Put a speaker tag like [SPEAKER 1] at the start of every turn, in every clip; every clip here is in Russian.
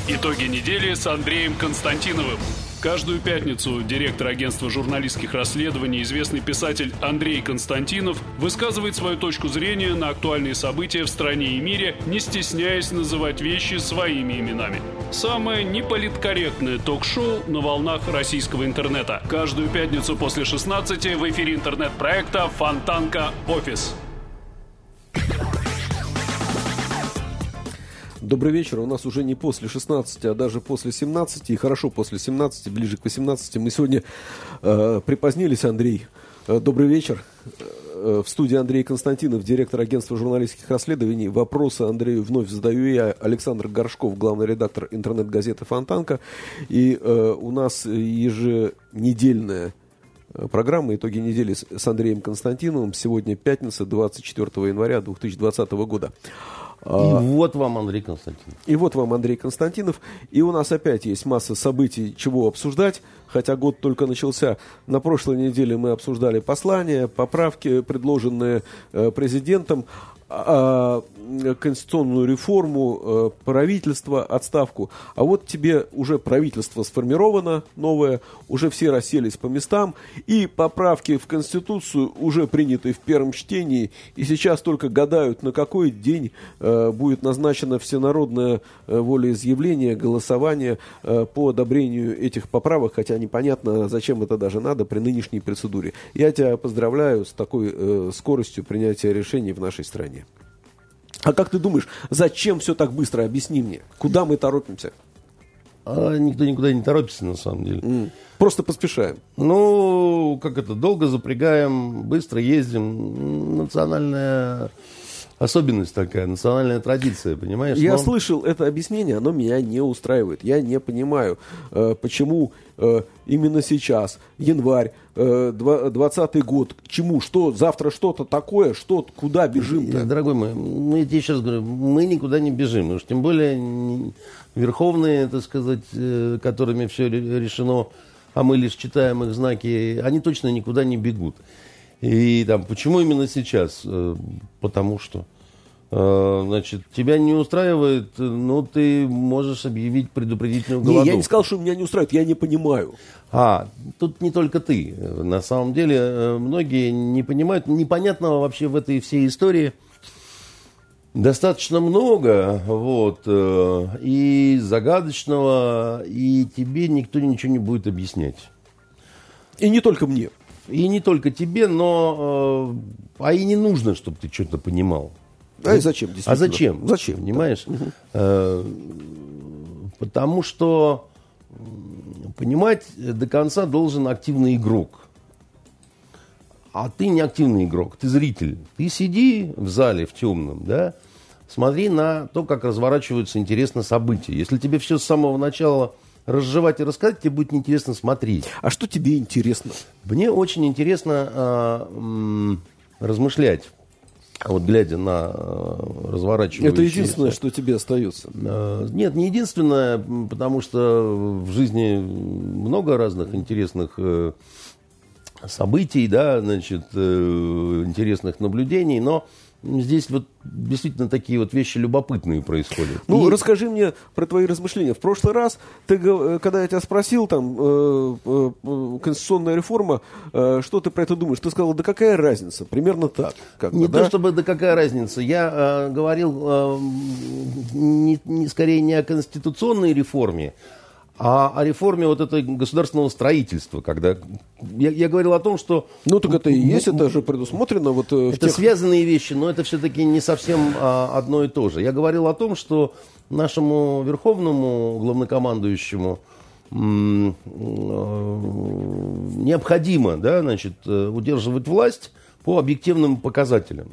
[SPEAKER 1] Итоги недели с Андреем Константиновым. Каждую пятницу директор агентства журналистских расследований, известный писатель Андрей Константинов, высказывает свою точку зрения на актуальные события в стране и мире, не стесняясь называть вещи своими именами. Самое неполиткорректное ток-шоу на волнах российского интернета. Каждую пятницу после 16 в эфире интернет-проекта «Фонтанка Офис».
[SPEAKER 2] Добрый вечер. У нас уже не после 16, а даже после 17. И хорошо после 17, ближе к 18. Мы сегодня припозднились, Андрей. Добрый вечер. В студии Андрей Константинов, директор агентства журналистских расследований. Вопросы Андрею вновь задаю я, Александр Горшков, главный редактор интернет-газеты «Фонтанка». И у нас еженедельная программа «Итоги недели» с Андреем Константиновым. Сегодня пятница, 24 января 2020 года.
[SPEAKER 3] И вот вам Андрей Константинов.
[SPEAKER 2] И вот вам Андрей Константинов. И у нас опять есть масса событий, чего обсуждать. Хотя год только начался. На прошлой неделе мы обсуждали послания, поправки, предложенные президентом, конституционную реформу, правительство, отставку. А вот тебе уже правительство сформировано новое, уже все расселись по местам, и поправки в Конституцию уже приняты в первом чтении, и сейчас только гадают, на какой день будет назначено всенародное волеизъявление, голосование по одобрению этих поправок, хотя непонятно, зачем это даже надо при нынешней процедуре. Я тебя поздравляю с такой скоростью принятия решений в нашей стране. А как ты думаешь, зачем все так быстро? Объясни мне. Куда мы торопимся?
[SPEAKER 3] Никто никуда не торопится, на самом деле.
[SPEAKER 2] Просто поспешаем.
[SPEAKER 3] Ну, как это, долго запрягаем, быстро ездим. Национальная особенность такая, национальная традиция, понимаешь?
[SPEAKER 2] Я слышал это объяснение, оно меня не устраивает. Я не понимаю, почему именно сейчас, январь, 20-й год, к чему, что, завтра что-то такое, что, куда бежим-то?
[SPEAKER 3] Дорогой мой, я тебе сейчас говорю, мы никуда не бежим, уж тем более верховные, так сказать, которыми все решено, а мы лишь читаем их знаки, они точно никуда не бегут. И там, почему именно сейчас? Потому что, значит, тебя не устраивает, ну, ты можешь объявить предупредительную голодовку.
[SPEAKER 2] Не, я не сказал, что меня не устраивает, я не понимаю.
[SPEAKER 3] Тут не только ты. На самом деле, многие не понимают, непонятного вообще в этой всей истории достаточно много, вот, и загадочного, и тебе никто ничего не будет объяснять.
[SPEAKER 2] И не только мне.
[SPEAKER 3] И не только тебе, но... А и не нужно, чтобы ты что-то понимал.
[SPEAKER 2] А зачем?
[SPEAKER 3] А зачем?
[SPEAKER 2] Зачем?
[SPEAKER 3] Понимаешь? Да. Потому что понимать до конца должен активный игрок. А ты не активный игрок, ты зритель. Ты сиди в зале в темном, да, смотри на то, как разворачиваются интересно события. Если тебе все с самого начала разжевать и рассказать, тебе будет неинтересно смотреть.
[SPEAKER 2] А что тебе интересно?
[SPEAKER 3] Мне очень интересно размышлять, вот глядя на разворачивающиеся...
[SPEAKER 2] Это единственное, что тебе остается?
[SPEAKER 3] Нет, не единственное, потому что в жизни много разных интересных событий, да, значит, интересных наблюдений, но здесь вот действительно такие вот вещи любопытные происходят.
[SPEAKER 2] Ну, расскажи мне про твои размышления. В прошлый раз, ты, когда я тебя спросил, там, конституционная реформа, что ты про это думаешь? Ты сказал, да какая разница? Примерно так.
[SPEAKER 3] Не то чтобы да какая разница. Я говорил скорее не о конституционной реформе, а о реформе вот этой государственного строительства, когда я говорил о том, что...
[SPEAKER 2] Ну, так это и есть, это же предусмотрено вот в
[SPEAKER 3] это связанные вещи, но это все-таки не совсем одно и то же. Я говорил о том, что нашему верховному главнокомандующему необходимо, да, значит, удерживать власть по объективным показателям.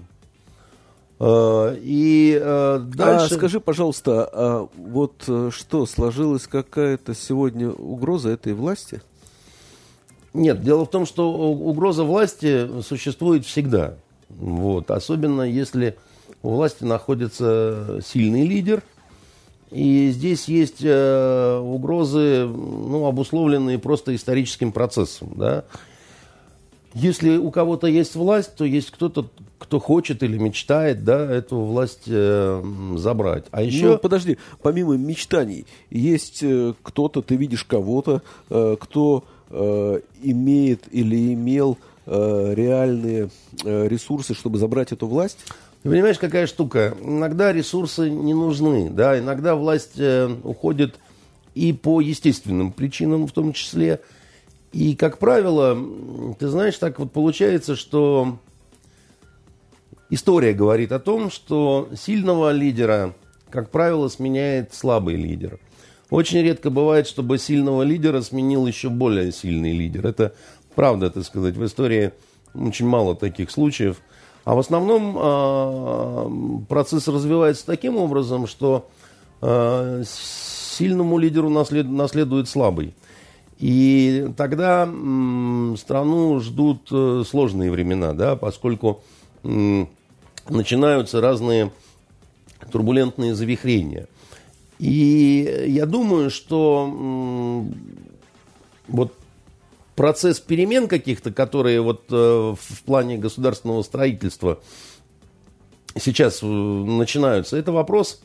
[SPEAKER 3] И дальше...
[SPEAKER 2] скажи, пожалуйста, вот что, сложилась какая-то сегодня угроза этой власти?
[SPEAKER 3] Нет, дело в том, что угроза власти существует всегда. Вот. Особенно если у власти находится сильный лидер. И здесь есть угрозы, ну, обусловленные просто историческим процессом. Да? Если у кого-то есть власть, то есть кто-то, кто хочет или мечтает, да, эту власть забрать. А еще...
[SPEAKER 2] Ну, подожди, помимо мечтаний, есть кто-то, ты видишь кого-то, кто имеет или имел реальные ресурсы, чтобы забрать эту власть?
[SPEAKER 3] Ты понимаешь, какая штука? Иногда ресурсы не нужны, да, иногда власть уходит и по естественным причинам в том числе. И, как правило, ты знаешь, так вот получается, что история говорит о том, что сильного лидера, как правило, сменяет слабый лидер. Очень редко бывает, чтобы сильного лидера сменил еще более сильный лидер. Это правда, так сказать, в истории очень мало таких случаев. А в основном процесс развивается таким образом, что сильному лидеру наследует слабый. И тогда страну ждут сложные времена, да, поскольку начинаются разные турбулентные завихрения. И я думаю, что вот процесс перемен каких-то, которые вот в плане государственного строительства сейчас начинаются, это вопрос,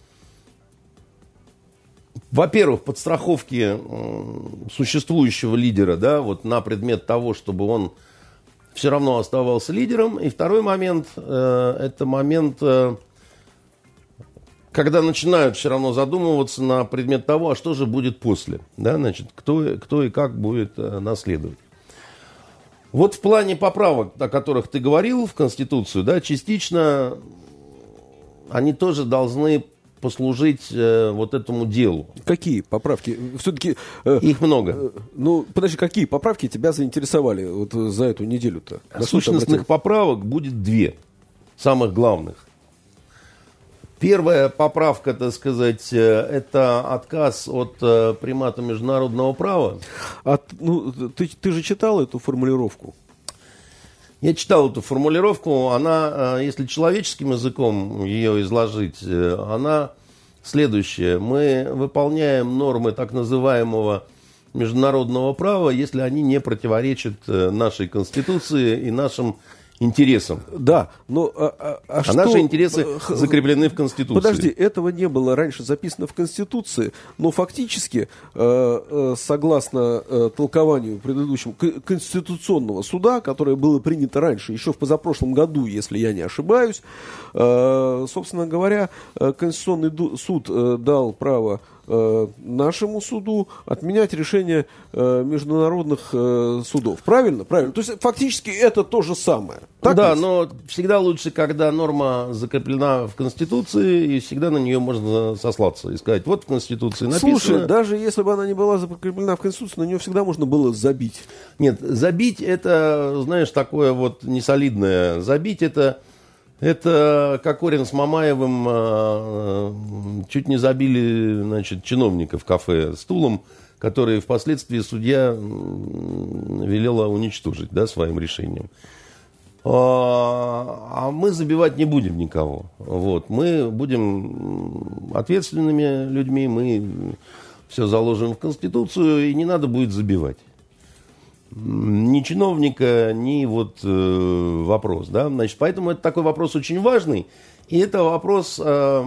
[SPEAKER 3] во-первых, подстраховки существующего лидера, да, вот на предмет того, чтобы он все равно оставался лидером. И второй момент, это момент, когда начинают все равно задумываться на предмет того, а что же будет после, да, значит, кто и как будет наследовать. Вот в плане поправок, о которых ты говорил в Конституцию, да, частично они тоже должны послужить вот этому делу.
[SPEAKER 2] Какие поправки? Все-таки...
[SPEAKER 3] Их много.
[SPEAKER 2] Ну, подожди, какие поправки тебя заинтересовали вот за эту неделю-то?
[SPEAKER 3] Сущностных поправок будет две, самых главных. Первая поправка, так сказать, это отказ от примата международного права.
[SPEAKER 2] Ну, ты же читал эту формулировку?
[SPEAKER 3] Я читал эту формулировку. Она, если человеческим языком ее изложить, она следующая. Мы выполняем нормы так называемого международного права, если они не противоречат нашей Конституции и нашим интересам.
[SPEAKER 2] Да, но что...
[SPEAKER 3] наши интересы закреплены в Конституции.
[SPEAKER 2] Подожди, этого не было раньше записано в Конституции, но фактически, согласно толкованию предыдущему Конституционного суда, которое было принято раньше, еще в позапрошлом году, если я не ошибаюсь, собственно говоря, Конституционный суд дал право нашему суду отменять решения международных судов. Правильно? Правильно. То есть фактически это то же самое. Так
[SPEAKER 3] да,
[SPEAKER 2] ведь?
[SPEAKER 3] Но всегда лучше, когда норма закреплена в Конституции, и всегда на нее можно сослаться и сказать, вот в Конституции написано...
[SPEAKER 2] Слушай, даже если бы она не была закреплена в Конституции, на нее всегда можно было забить.
[SPEAKER 3] Нет, забить это, знаешь, такое вот несолидное. Забить это как Корин с Мамаевым чуть не забили, значит, чиновника в кафе стулом, который впоследствии судья велела уничтожить, да, своим решением. А мы забивать не будем никого. Вот. Мы будем ответственными людьми, мы все заложим в Конституцию, и не надо будет забивать. Ни чиновника, ни вот вопрос, да, значит, поэтому это такой вопрос очень важный, и это вопрос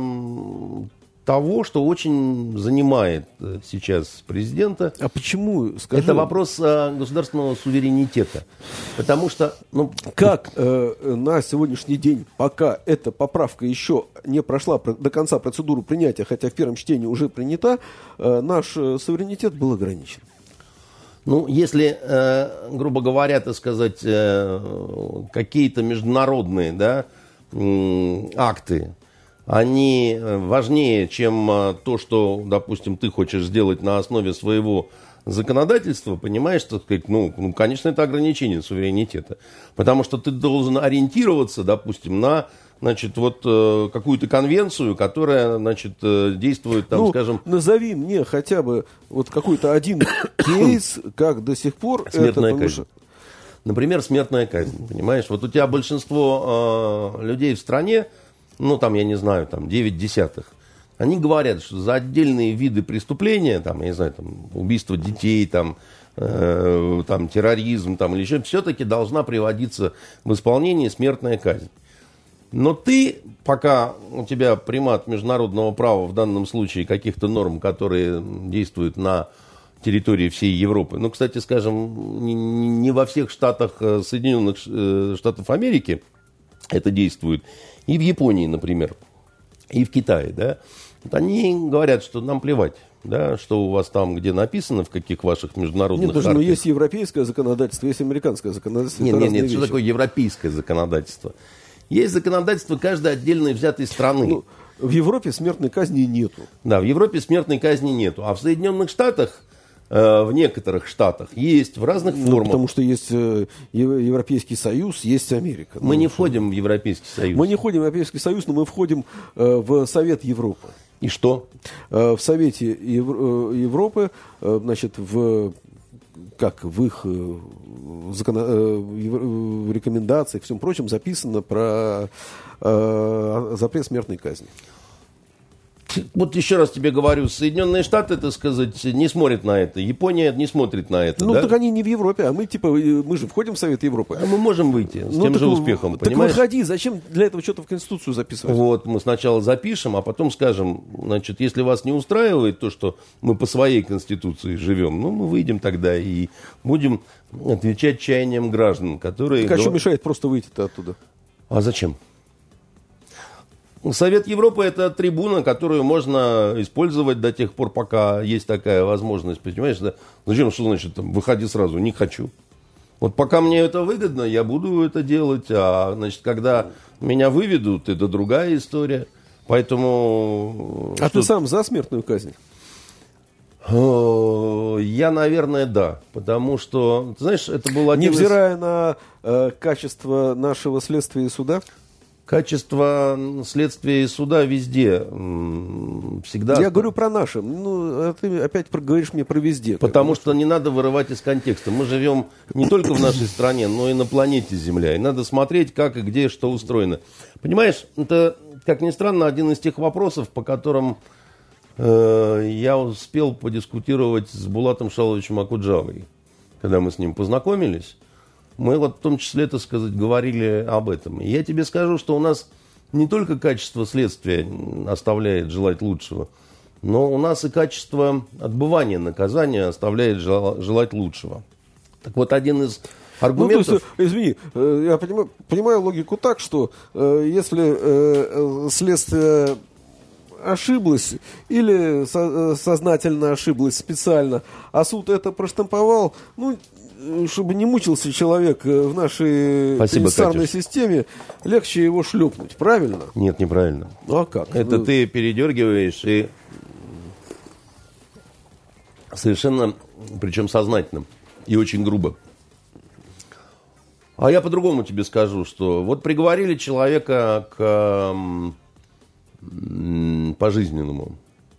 [SPEAKER 3] того, что очень занимает сейчас президента.
[SPEAKER 2] А почему? Скажи.
[SPEAKER 3] Это вопрос государственного суверенитета, потому что, ну,
[SPEAKER 2] как на сегодняшний день, пока эта поправка еще не прошла до конца процедуру принятия, хотя в первом чтении уже принята, наш суверенитет был ограничен.
[SPEAKER 3] Ну, если, грубо говоря, так сказать, какие-то международные, да, акты, они важнее, чем то, что, допустим, ты хочешь сделать на основе своего законодательства, понимаешь, так сказать, ну, конечно, это ограничение суверенитета. Потому что ты должен ориентироваться, допустим, на, значит, вот какую-то конвенцию, которая, значит, действует, там, скажем...
[SPEAKER 2] Назови мне хотя бы вот какой-то один кейс, как до сих пор...
[SPEAKER 3] Смертная казнь. Например, смертная казнь, понимаешь? Вот у тебя большинство людей в стране, ну, там, я не знаю, там, 9 десятых, они говорят, что за отдельные виды преступления, там, я не знаю, там, убийство детей, там, терроризм, там, или еще, все-таки должна приводиться в исполнение смертная казнь. Но ты, пока у тебя примат международного права, в данном случае каких-то норм, которые действуют на территории всей Европы, ну, кстати, скажем, не во всех штатах Соединенных Штатов Америки это действует, и в Японии, например, и в Китае, да, вот они говорят, что нам плевать, да, что у вас там, где написано, в каких ваших международных
[SPEAKER 2] хартиях. Нет, есть европейское законодательство, есть американское законодательство.
[SPEAKER 3] Нет, что такое европейское законодательство? Есть законодательство каждой отдельной взятой страны.
[SPEAKER 2] Ну, в Европе смертной казни нету.
[SPEAKER 3] Да, в Европе смертной казни нету. А в Соединенных Штатах, в некоторых штатах, есть в разных формах.
[SPEAKER 2] Потому что есть Европейский Союз, есть Америка.
[SPEAKER 3] Мы не входим в Европейский Союз.
[SPEAKER 2] Мы не входим в Европейский Союз, но мы входим в Совет Европы.
[SPEAKER 3] И что?
[SPEAKER 2] В Совете Европы, значит, в их в рекомендациях, всем прочем, записано про запрет смертной казни.
[SPEAKER 3] Вот еще раз тебе говорю, Соединенные Штаты, так сказать, не смотрят на это. Япония не смотрит на это.
[SPEAKER 2] Ну,
[SPEAKER 3] да?
[SPEAKER 2] Так они не в Европе, а мы же входим в Совет Европы.
[SPEAKER 3] А мы можем выйти с тем же успехом,
[SPEAKER 2] так
[SPEAKER 3] понимаешь?
[SPEAKER 2] выходи, зачем для этого что-то в Конституцию записывать?
[SPEAKER 3] Вот, мы сначала запишем, а потом скажем, значит, если вас не устраивает то, что мы по своей Конституции живем, ну, мы выйдем тогда и будем отвечать чаяниям граждан, которые...
[SPEAKER 2] Так а что мешает просто выйти-то оттуда?
[SPEAKER 3] А зачем? Совет Европы – это трибуна, которую можно использовать до тех пор, пока есть такая возможность. Понимаешь, да? Зачем, что значит, там, выходи сразу, не хочу. Вот пока мне это выгодно, я буду это делать. А, значит, когда меня выведут, это другая история. Поэтому...
[SPEAKER 2] А ты сам за смертную казнь?
[SPEAKER 3] Я, наверное, да. Потому что, ты знаешь, это был один
[SPEAKER 2] невзирая на качество нашего следствия и суда?
[SPEAKER 3] Качество следствия и суда везде всегда...
[SPEAKER 2] Я говорю про наше. Ну, а ты опять говоришь мне про везде.
[SPEAKER 3] Потому что не надо вырывать из контекста. Мы живем не только в нашей стране, но и на планете Земля. И надо смотреть, как и где что устроено. Понимаешь, это, как ни странно, один из тех вопросов, по которым я успел подискутировать с Булатом Шаловичем Акуджавой, когда мы с ним познакомились. Мы вот в том числе, так сказать, говорили об этом. И я тебе скажу, что у нас не только качество следствия оставляет желать лучшего, но у нас и качество отбывания наказания оставляет желать лучшего. Так вот, один из аргументов...
[SPEAKER 2] Ну, то есть, извини, я понимаю логику так, что если следствие ошиблось или сознательно ошиблось специально, а суд это проштамповал, ну... чтобы не мучился человек в нашей пенитенциарной системе, легче его шлепнуть, правильно?
[SPEAKER 3] Нет, неправильно.
[SPEAKER 2] Ну а как?
[SPEAKER 3] Это ты передергиваешь и совершенно, причем сознательно и очень грубо. А я по-другому тебе скажу, что вот приговорили человека к пожизненному.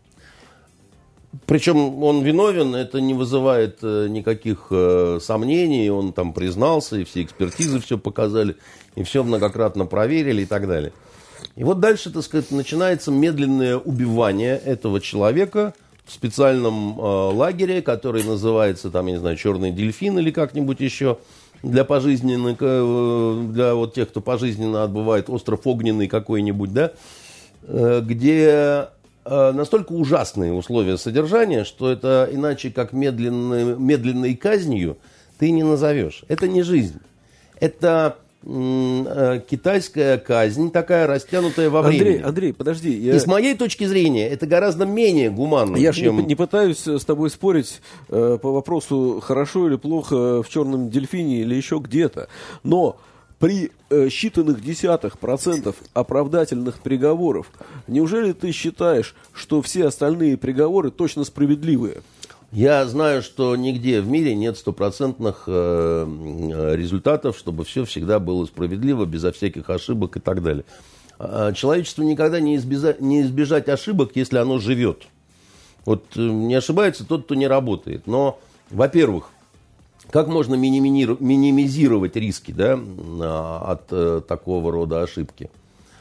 [SPEAKER 3] Причем он виновен, это не вызывает никаких сомнений, он там признался, и все экспертизы все показали, и все многократно проверили и так далее. И вот дальше, так сказать, начинается медленное убивание этого человека в специальном лагере, который называется, там, я не знаю, «Черный дельфин» или как-нибудь еще, для пожизненных, для вот тех, кто пожизненно отбывает, остров Огненный какой-нибудь, да, где... настолько ужасные условия содержания, что это иначе как медленной казнью ты не назовешь. Это не жизнь. Это китайская казнь, такая растянутая во времени.
[SPEAKER 2] Андрей, подожди.
[SPEAKER 3] И с моей точки зрения это гораздо менее гуманно.
[SPEAKER 2] Я же не пытаюсь с тобой спорить по вопросу, хорошо или плохо в «Черном дельфине» или еще где-то. Но... при считанных десятых процентов оправдательных приговоров, неужели ты считаешь, что все остальные приговоры точно справедливые?
[SPEAKER 3] Я знаю, что нигде в мире нет стопроцентных результатов, чтобы все всегда было справедливо, безо всяких ошибок и так далее. Человечеству никогда не избежать ошибок, если оно живет. Вот не ошибается тот, кто не работает. Но, во-первых, как можно минимизировать риски, да, от такого рода ошибки?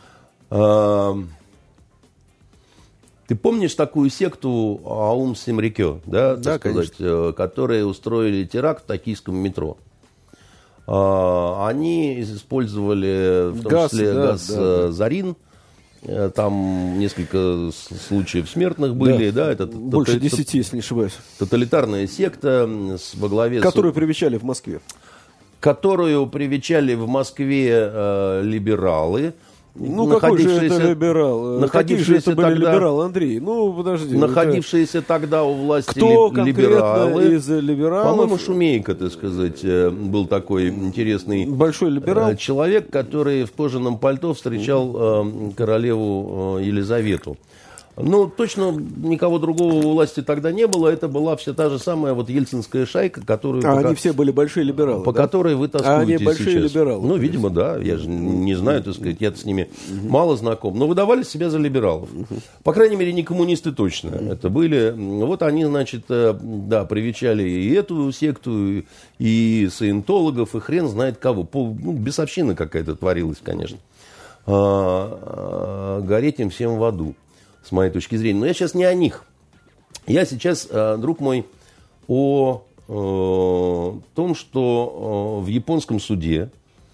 [SPEAKER 3] Ты помнишь такую секту Аум Синрикё, да,
[SPEAKER 2] да,
[SPEAKER 3] сказать, которые устроили теракт в токийском метро? Они использовали в том числе газ «Зарин». Там несколько случаев смертных были, да, это
[SPEAKER 2] больше 10, если не ошибаюсь.
[SPEAKER 3] Тоталитарная секта во главе...
[SPEAKER 2] Которую привечали в Москве.
[SPEAKER 3] Которую привечали в Москве либералы.
[SPEAKER 2] Ну, какой же это либерал? Какие же это были либералы, Андрей? Ну, подожди.
[SPEAKER 3] Находившиеся тогда у власти
[SPEAKER 2] кто
[SPEAKER 3] либералы.
[SPEAKER 2] Из либералов?
[SPEAKER 3] По-моему, Шумейко, так сказать, был такой интересный
[SPEAKER 2] большой либерал.
[SPEAKER 3] Человек, который в кожаном пальто встречал королеву Елизавету. Ну, точно никого другого у власти тогда не было. Это была вся та же самая вот ельцинская шайка, которую...
[SPEAKER 2] они все были большие либералы,
[SPEAKER 3] по которой вы тоскуете
[SPEAKER 2] они большие
[SPEAKER 3] сейчас.
[SPEAKER 2] Либералы.
[SPEAKER 3] Ну, видимо, да. Я же не знаю, так сказать, я с ними мало знаком. Но выдавали себя за либералов. По крайней мере, не коммунисты точно это были. Вот они, значит, да, привечали и эту секту, и саентологов, и хрен знает кого. Бесовщина какая-то творилась, конечно. Гореть им всем в аду, с моей точки зрения. Но я сейчас не о них. Я сейчас, друг мой, о том, что в японском суде,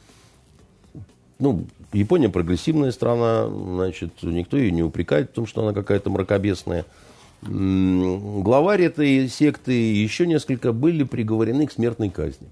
[SPEAKER 3] Япония прогрессивная страна, значит, никто ее не упрекает в том, что она какая-то мракобесная. Главарь этой секты и еще несколько были приговорены к смертной казни.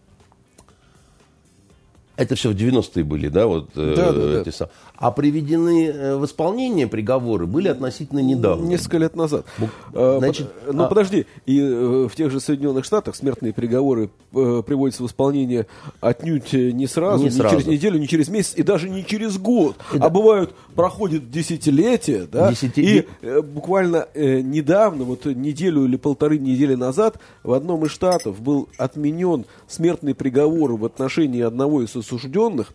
[SPEAKER 3] Это все в 90-е были, да, вот. Да. А приведены в исполнение приговоры были относительно недавно.
[SPEAKER 2] Несколько лет назад. Значит, подожди, и в тех же Соединенных Штатах смертные приговоры приводятся в исполнение отнюдь не сразу, через неделю, не через месяц и даже не через год. А бывают, проходит десятилетия, да, и буквально недавно, вот неделю или полторы недели назад, в одном из штатов был отменен смертный приговор в отношении одного из осужденных,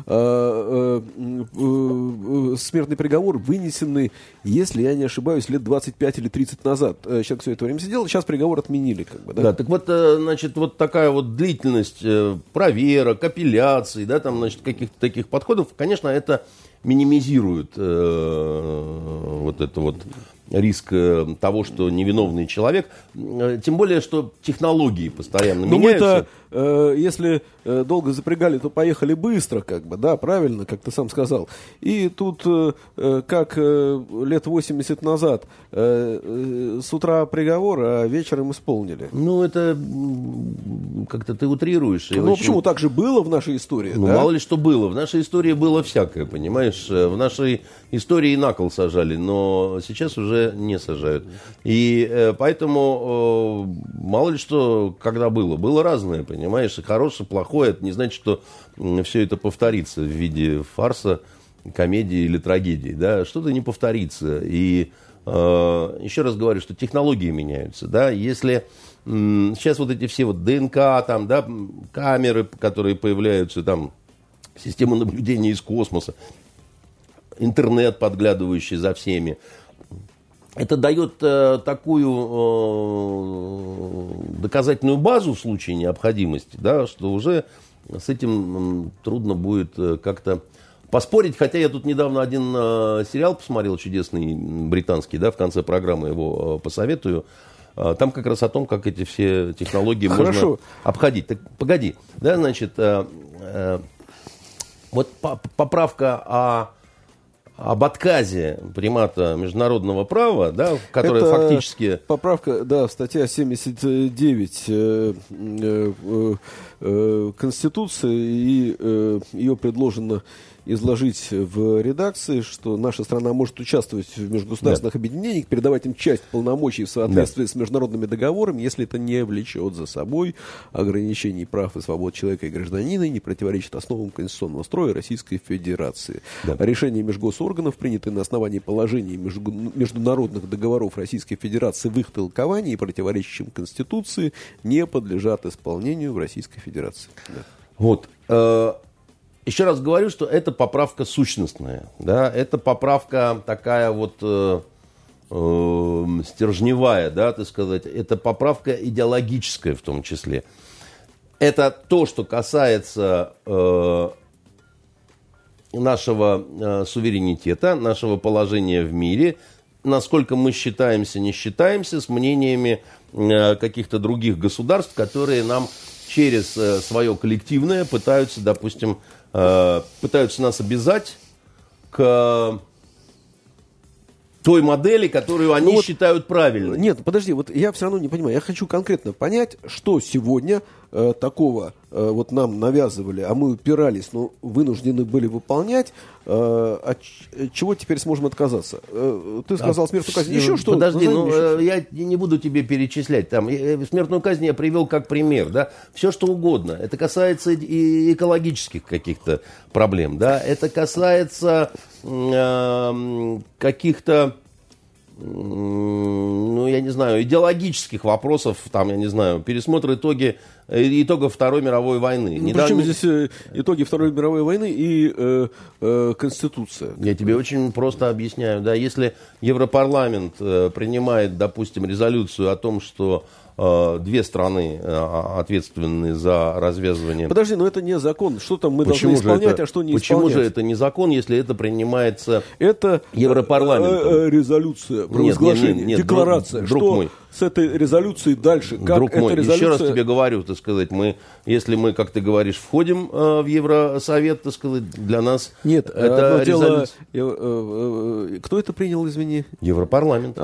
[SPEAKER 2] смертный приговор, вынесенный, если я не ошибаюсь, лет 25 или 30 назад. Человек все это время сидел, сейчас приговор отменили. Как бы, да?
[SPEAKER 3] Да, так вот, значит, вот такая вот длительность проверок, апелляций, да, там, значит, каких-то таких подходов, конечно, это минимизирует вот это вот риск того, что невиновный человек, тем более, что технологии постоянно меняются.
[SPEAKER 2] Мы-то, если долго запрягали, то поехали быстро, как бы, да, правильно, как ты сам сказал. И тут, как лет 80 назад, с утра приговор, а вечером исполнили.
[SPEAKER 3] Ну, это как-то ты утрируешь.
[SPEAKER 2] Почему так же было в нашей истории?
[SPEAKER 3] Ну,
[SPEAKER 2] да?
[SPEAKER 3] Мало ли что было. В нашей истории было всякое, понимаешь. В нашей истории на кол сажали, но сейчас уже не сажают. И поэтому мало ли что, когда было. Было разное, понимаешь. И хорошее, плохое. Это не значит, что все это повторится в виде фарса, комедии или трагедии. Да? Что-то не повторится. И еще раз говорю, что технологии меняются. Да? Если сейчас вот эти все вот ДНК, там, да, камеры, которые появляются, там, система наблюдения из космоса, интернет, подглядывающий за всеми, это дает такую доказательную базу в случае необходимости, да, что уже с этим трудно будет как-то поспорить. Хотя я тут недавно один сериал посмотрел чудесный, британский, да, в конце программы его посоветую. Там как раз о том, как эти все технологии можно обходить. Так, погоди, да, значит, вот поправка об отказе примата международного права, да, которая это фактически...
[SPEAKER 2] Поправка, да, статья 79 Конституции, и ее предложено изложить в редакции, что наша страна может участвовать в межгосударственных объединениях, передавать им часть полномочий в соответствии с международными договорами, если это не влечет за собой ограничений прав и свобод человека и гражданина и не противоречит основам конституционного строя Российской Федерации. Решения межгосорганов, принятые на основании положений международных договоров Российской Федерации в их толковании, противоречащим Конституции, не подлежат исполнению в Российской Федерации.
[SPEAKER 3] Вот. Еще раз говорю, что это поправка сущностная, да, это поправка такая вот стержневая, да, так сказать, это поправка идеологическая в том числе. Это то, что касается нашего суверенитета, нашего положения в мире, насколько мы считаемся, не считаемся с мнениями каких-то других государств, которые нам через свое коллективное пытаются, допустим, пытаются нас обязать к той модели, которую они считают правильной.
[SPEAKER 2] Нет, подожди, вот я все равно не понимаю. Я хочу конкретно понять, что сегодня такого вот нам навязывали, а мы упирались, но вынуждены были выполнять, от чего теперь сможем отказаться? Ты сказал смертную казнь. Еще что?
[SPEAKER 3] Подожди, я не буду тебе перечислять. Там, смертную казнь я привел как пример. Да? Все, что угодно. Это касается и экологических каких-то проблем. Да? Это касается каких-то, ну, я не знаю, идеологических вопросов, там, я не знаю, пересмотр итогов Второй мировой войны.
[SPEAKER 2] Причем здесь итоги Второй мировой войны и Конституция?
[SPEAKER 3] Я тебе очень просто объясняю. Да, если Европарламент принимает, допустим, резолюцию о том, что две страны ответственны за развязывание...
[SPEAKER 2] Подожди, но это не закон. Что там мы должны исполнять, а что не исполнять?
[SPEAKER 3] Почему же это не закон, если это принимается
[SPEAKER 2] Европарламентом? Это резолюция, провозглашение, декларация.
[SPEAKER 3] Друг мой.
[SPEAKER 2] С этой резолюцией дальше? Как
[SPEAKER 3] друг мой,
[SPEAKER 2] резолюция...
[SPEAKER 3] еще раз тебе говорю, так сказать, если мы, как ты говоришь, входим в Евросовет, так сказать, для нас...
[SPEAKER 2] Нет,
[SPEAKER 3] это
[SPEAKER 2] резолюция... Кто это принял, извини?
[SPEAKER 3] Европарламент.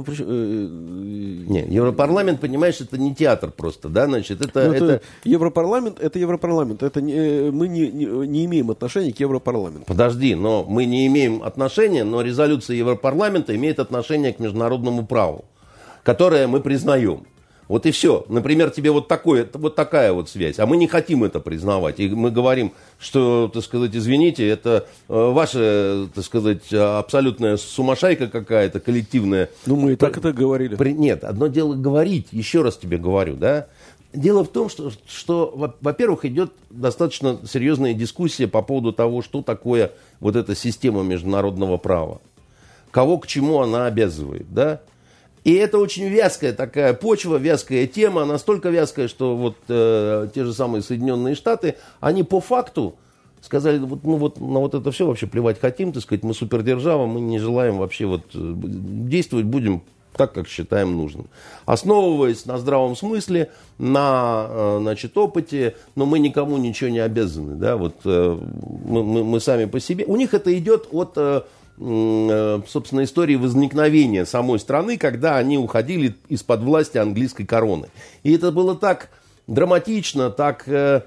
[SPEAKER 3] Нет, Европарламент, понимаешь, это не театр просто, да, значит, это...
[SPEAKER 2] Европарламент, это Европарламент, это мы не имеем отношения к Европарламенту.
[SPEAKER 3] Подожди, но мы не имеем отношения, но резолюция Европарламента имеет отношение к международному праву, которое мы признаем. Вот и все. Например, тебе вот такая вот связь. А мы не хотим это признавать. И мы говорим, что, так сказать, извините, это ваша, так сказать, абсолютная сумасшайка какая-то, коллективная.
[SPEAKER 2] Ну, мы и так это говорили.
[SPEAKER 3] Нет, одно дело говорить, еще раз тебе говорю, да. Дело в том, что, во-первых, идет достаточно серьезная дискуссия по поводу того, что такое вот эта система международного права. Кого к чему она обязывает, да. И это очень вязкая такая почва, вязкая тема, настолько вязкая, что вот те же самые Соединенные Штаты, они по факту сказали, на вот это все вообще плевать хотим, так сказать, мы супердержава, мы не желаем вообще действовать будем так, как считаем нужным. Основываясь на здравом смысле, на, значит, опыте, но мы никому ничего не обязаны, да, мы сами по себе. У них это идет от... собственно, истории возникновения самой страны, когда они уходили из-под власти английской короны. И это было так драматично, так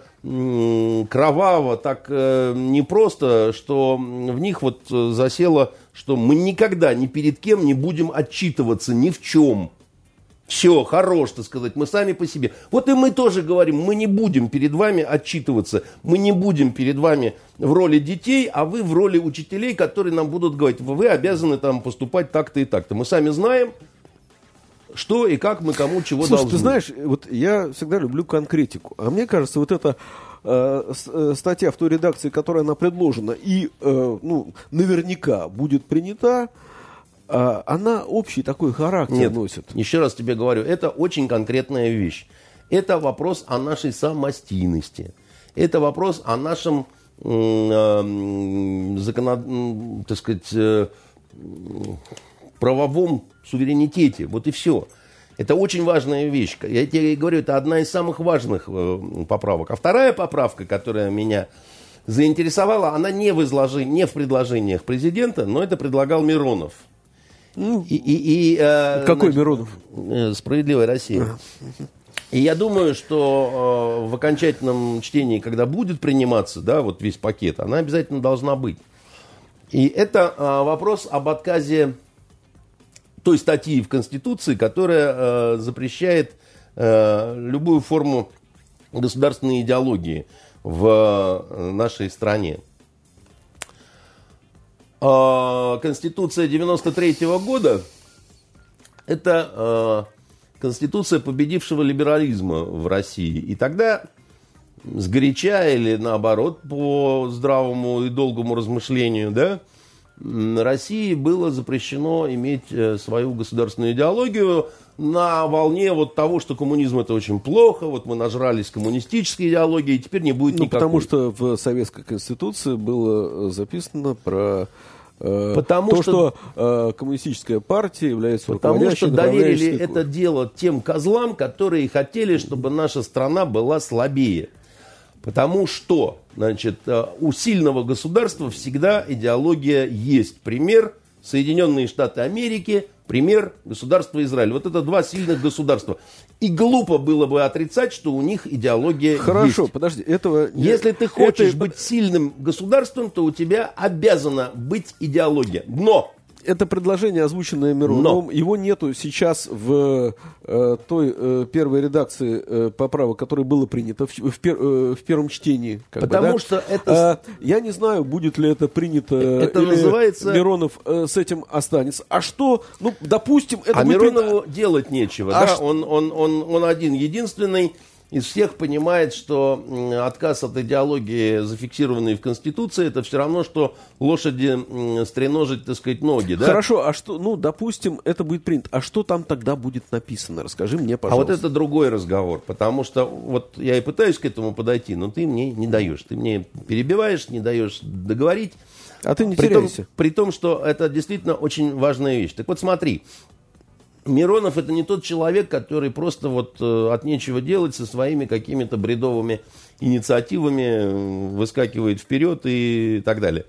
[SPEAKER 3] кроваво, так непросто, что в них засело, что мы никогда ни перед кем не будем отчитываться ни в чем. Все, хорош, так сказать, мы сами по себе. Вот и мы тоже говорим, мы не будем перед вами отчитываться, мы не будем перед вами в роли детей, а вы в роли учителей, которые нам будут говорить, вы обязаны там поступать так-то и так-то. Мы сами знаем, что и как мы кому чего должны.
[SPEAKER 2] Ты знаешь, вот я всегда люблю конкретику, а мне кажется, вот эта статья в той редакции, которая она предложена, и наверняка будет принята, она общий такой характер носит.
[SPEAKER 3] Еще раз тебе говорю, это очень конкретная вещь. Это вопрос о нашей самостийности. Это вопрос о нашем, так сказать, правовом суверенитете. Вот и все. Это очень важная вещь. Я тебе говорю, это одна из самых важных поправок. А вторая поправка, которая меня заинтересовала, она не в предложениях президента, но это предлагал Миронов.
[SPEAKER 2] Какой Миронов?
[SPEAKER 3] «Справедливая Россия». И я думаю, что в окончательном чтении, когда будет приниматься, да, вот весь пакет, она обязательно должна быть. И это вопрос об отказе той статьи в Конституции, которая запрещает любую форму государственной идеологии в нашей стране. Конституция 93-го года – это конституция победившего либерализма в России. И тогда сгоряча или наоборот по здравому и долгому размышлению, да, России было запрещено иметь свою государственную идеологию на волне того, что коммунизм это очень плохо, мы нажрались коммунистической идеологией, и теперь не будет никакой.
[SPEAKER 2] Потому что в Советской Конституции было записано про
[SPEAKER 3] Потому
[SPEAKER 2] что коммунистическая партия является
[SPEAKER 3] Потому что доверили
[SPEAKER 2] это
[SPEAKER 3] дело тем козлам, которые хотели, чтобы наша страна была слабее. Потому что, значит, у сильного государства всегда идеология есть. Пример Соединенные Штаты Америки, пример государства Израиль. Вот это два сильных государства. И глупо было бы отрицать, что у них идеология есть.
[SPEAKER 2] Хорошо, подожди, этого...
[SPEAKER 3] Если ты хочешь быть сильным государством, то у тебя обязана быть идеология. Но...
[SPEAKER 2] Это предложение, озвученное Мироновым, его нету сейчас в той первой редакции поправок, которая была принята в первом чтении.
[SPEAKER 3] Потому что это...
[SPEAKER 2] Я не знаю, будет ли это принято,
[SPEAKER 3] это
[SPEAKER 2] или
[SPEAKER 3] называется...
[SPEAKER 2] Миронов с этим останется. А что, ну, допустим... это
[SPEAKER 3] Миронову делать нечего. Да? Он один, единственный из всех понимает, что отказ от идеологии, зафиксированной в Конституции, это все равно, что лошади стреножить, так сказать, ноги. Да?
[SPEAKER 2] Хорошо, а что, ну, допустим, это будет принято. А что там тогда будет написано? Расскажи мне, пожалуйста.
[SPEAKER 3] А вот это другой разговор, потому что вот я и пытаюсь к этому подойти, но ты мне не даешь. Ты мне перебиваешь, не даешь договорить.
[SPEAKER 2] А ты не теряйся.
[SPEAKER 3] При том, что это действительно очень важная вещь. Так вот смотри. Миронов это не тот человек, который просто вот от нечего делать со своими какими-то бредовыми инициативами выскакивает вперед и так далее.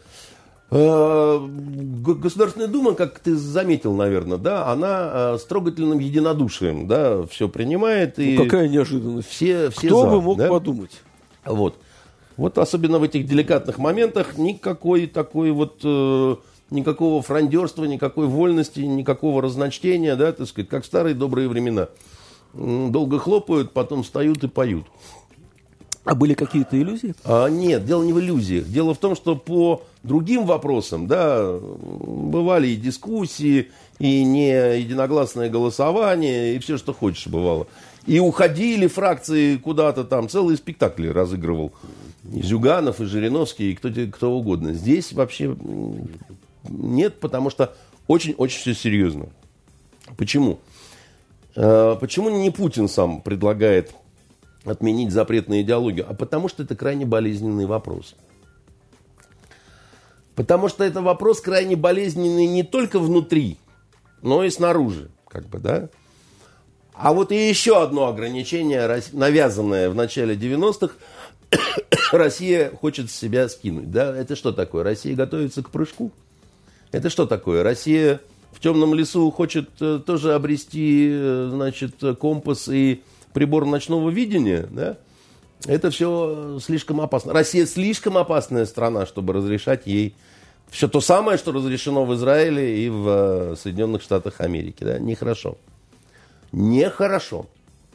[SPEAKER 3] Государственная Дума, как ты заметил, наверное, да, она с трогательным единодушием, да, все принимает. И
[SPEAKER 2] какая неожиданность.
[SPEAKER 3] Все
[SPEAKER 2] Кто
[SPEAKER 3] за,
[SPEAKER 2] бы мог
[SPEAKER 3] да?
[SPEAKER 2] подумать?
[SPEAKER 3] Вот особенно в этих деликатных моментах никакой такой вот... никакого фрондерства, никакой вольности, никакого разночтения, да, так сказать, как в старые добрые времена. Долго хлопают, потом встают и поют.
[SPEAKER 2] А были какие-то иллюзии?
[SPEAKER 3] Нет, дело не в иллюзиях. Дело в том, что по другим вопросам, да, бывали и дискуссии, и не единогласное голосование, и все, что хочешь, бывало. И уходили фракции куда-то там, целые спектакли разыгрывал. И Зюганов, и Жириновский, и кто угодно. Здесь вообще... Нет, потому что очень-очень все серьезно. Почему? Почему не Путин сам предлагает отменить запрет на идеологию? А потому что это крайне болезненный вопрос. Потому что это вопрос крайне болезненный не только внутри, но и снаружи. Как бы, да? А вот и еще одно ограничение, навязанное в начале 90-х, Россия хочет с себя скинуть. Да? Это что такое? Россия готовится к прыжку? Это что такое? Россия в темном лесу хочет тоже обрести, значит, компас и прибор ночного видения, да? Это все слишком опасно. Россия слишком опасная страна, чтобы разрешать ей все то самое, что разрешено в Израиле и в Соединенных Штатах Америки. Да? Нехорошо. Нехорошо.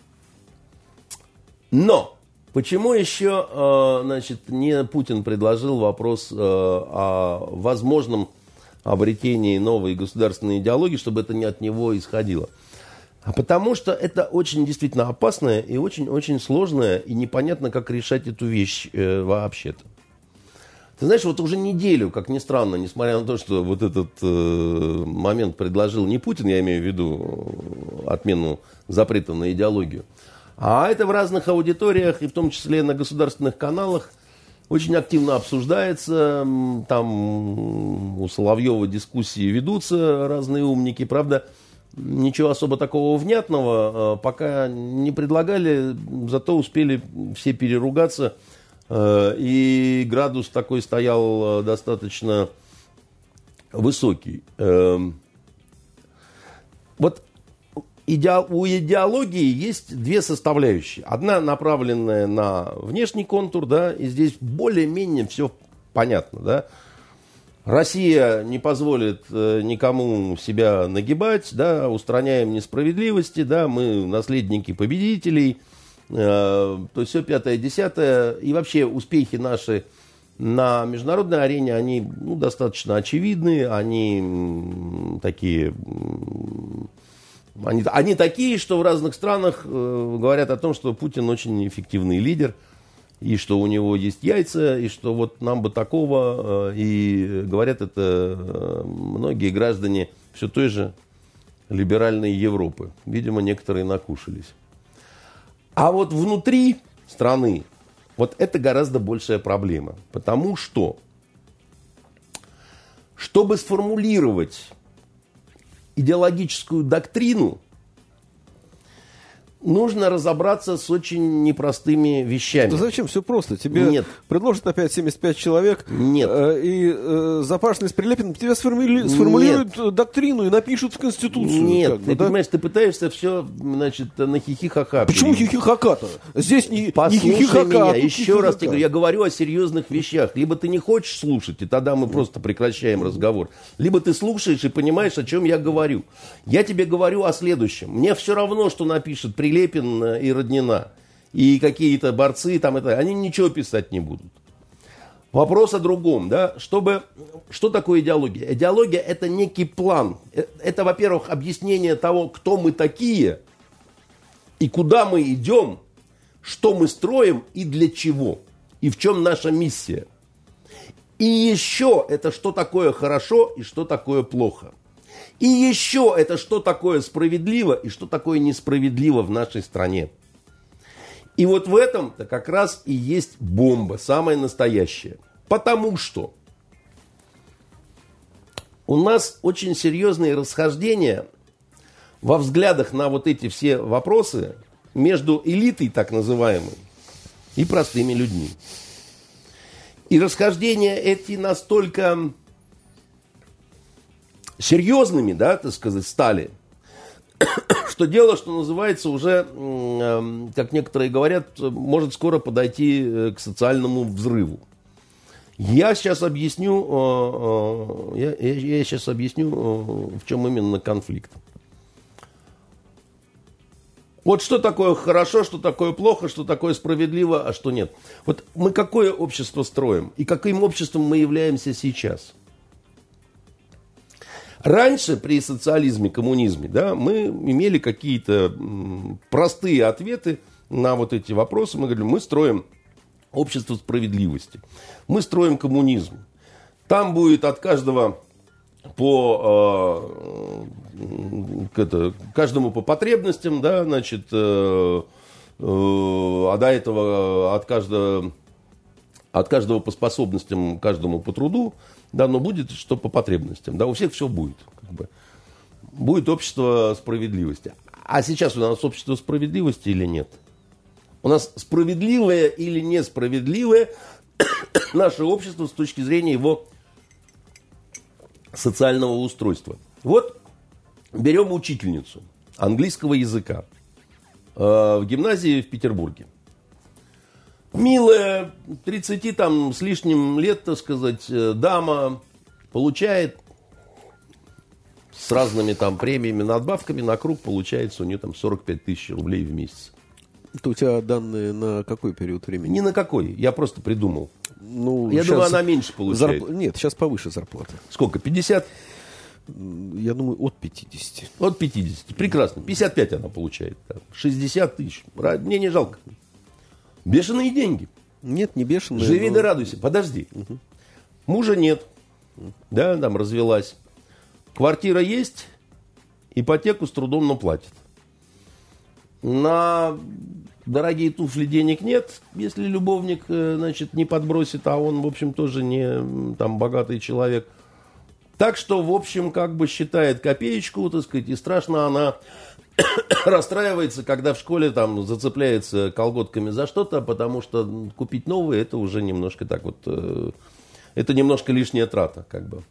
[SPEAKER 3] Но почему еще, значит, не Путин предложил вопрос о возможном обретении новой государственной идеологии, чтобы это не от него исходило? А потому что это очень действительно опасная и очень-очень сложная, и непонятно, как решать эту вещь вообще-то. Ты знаешь, вот уже неделю, как ни странно, несмотря на то, что вот этот момент предложил не Путин, я имею в виду отмену запрета на идеологию, а это в разных аудиториях, и в том числе на государственных каналах, очень активно обсуждается. Там у Соловьева дискуссии ведутся разные умники. Правда, ничего особо такого внятного пока не предлагали, зато успели все переругаться. И градус такой стоял достаточно высокий. Вот у идеологии есть две составляющие. Одна направленная на внешний контур, да, и здесь более-менее все понятно, да. Россия не позволит никому себя нагибать, да, устраняем несправедливости, да, мы наследники победителей, то есть все пятое, десятое, и вообще успехи наши на международной арене, они достаточно очевидны, они такие... Они такие, что в разных странах говорят о том, что Путин очень эффективный лидер, и что у него есть яйца, и что вот нам бы такого, и говорят это многие граждане все той же либеральной Европы. Видимо, некоторые накушались. А вот внутри страны вот это гораздо большая проблема, потому что Чтобы сформулировать идеологическую доктрину, нужно разобраться с очень непростыми вещами.
[SPEAKER 2] Да зачем? Все просто. Тебе
[SPEAKER 3] Нет.
[SPEAKER 2] предложат опять 75 человек.
[SPEAKER 3] Нет.
[SPEAKER 2] И Запашный с Прилепиным тебе сформулируют доктрину и напишут в Конституцию.
[SPEAKER 3] Нет,
[SPEAKER 2] как бы,
[SPEAKER 3] ты
[SPEAKER 2] да?
[SPEAKER 3] понимаешь, ты пытаешься все, значит, на хихи-ха-ха.
[SPEAKER 2] Почему хихихака-то? Здесь не
[SPEAKER 3] Послушай
[SPEAKER 2] хихихака,
[SPEAKER 3] меня,
[SPEAKER 2] а тут
[SPEAKER 3] еще раз
[SPEAKER 2] хихихака.
[SPEAKER 3] тебе говорю, я говорю о серьезных вещах. Либо ты не хочешь слушать, и тогда мы просто прекращаем разговор. Либо ты слушаешь и понимаешь, о чем я говорю. Я тебе говорю о следующем. Мне все равно, что напишет Прилепин и Роднина, и какие-то борцы, там, это, они ничего писать не будут. Вопрос о другом, да, что такое идеология? Идеология – это некий план. Это, во-первых, объяснение того, кто мы такие, и куда мы идем, что мы строим и для чего, и в чем наша миссия. И еще это что такое хорошо и что такое плохо. И еще это что такое справедливо и что такое несправедливо в нашей стране. И вот в этом-то как раз и есть бомба, самая настоящая. Потому что у нас очень серьезные расхождения во взглядах на вот эти все вопросы между элитой, так называемой, и простыми людьми. И расхождения эти настолько серьезными, да, так сказать, стали, что дело, что называется, уже, как некоторые говорят, может скоро подойти к социальному взрыву. Я сейчас объясню, в чем именно конфликт. Вот что такое хорошо, что такое плохо, что такое справедливо, а что нет. Вот мы какое общество строим и каким обществом мы являемся сейчас? Раньше при социализме, коммунизме, да, мы имели какие-то простые ответы на вот эти вопросы. Мы говорили, мы строим общество справедливости, мы строим коммунизм. Там будет от каждого каждому по потребностям, да, значит, а до этого от каждого по способностям, каждому по труду. Да, но будет что по потребностям. Да, у всех все будет. Как бы. Будет общество справедливости. А сейчас у нас общество справедливости или нет? У нас справедливое или несправедливое наше общество с точки зрения его социального устройства. Вот берем учительницу английского языка в гимназии в Петербурге. Милая, 30 там с лишним лет, так сказать, дама получает с разными там премиями, надбавками, на круг получается у нее там 45 тысяч рублей в месяц.
[SPEAKER 2] Это у тебя данные на какой период времени?
[SPEAKER 3] Ни на какой, я просто придумал.
[SPEAKER 2] Ну,
[SPEAKER 3] я думаю, она меньше получает.
[SPEAKER 2] Нет, сейчас повыше зарплата.
[SPEAKER 3] Сколько, 50?
[SPEAKER 2] Я думаю, от 50.
[SPEAKER 3] От 50, прекрасно. 55 она получает. 60 тысяч, мне не жалко. Бешеные деньги.
[SPEAKER 2] Нет, не бешеные.
[SPEAKER 3] Живи да радуйся. Подожди. Мужа нет. Да, там развелась. Квартира есть. Ипотеку с трудом, но платит. На дорогие туфли денег нет. Если любовник, значит, не подбросит, а он, в общем, тоже не там богатый человек. Так что, в общем, как бы считает копеечку, так сказать, и страшно она расстраивается, когда в школе там зацепляется колготками за что-то, потому что купить новые, это уже немножко так вот, это немножко лишняя трата, как бы.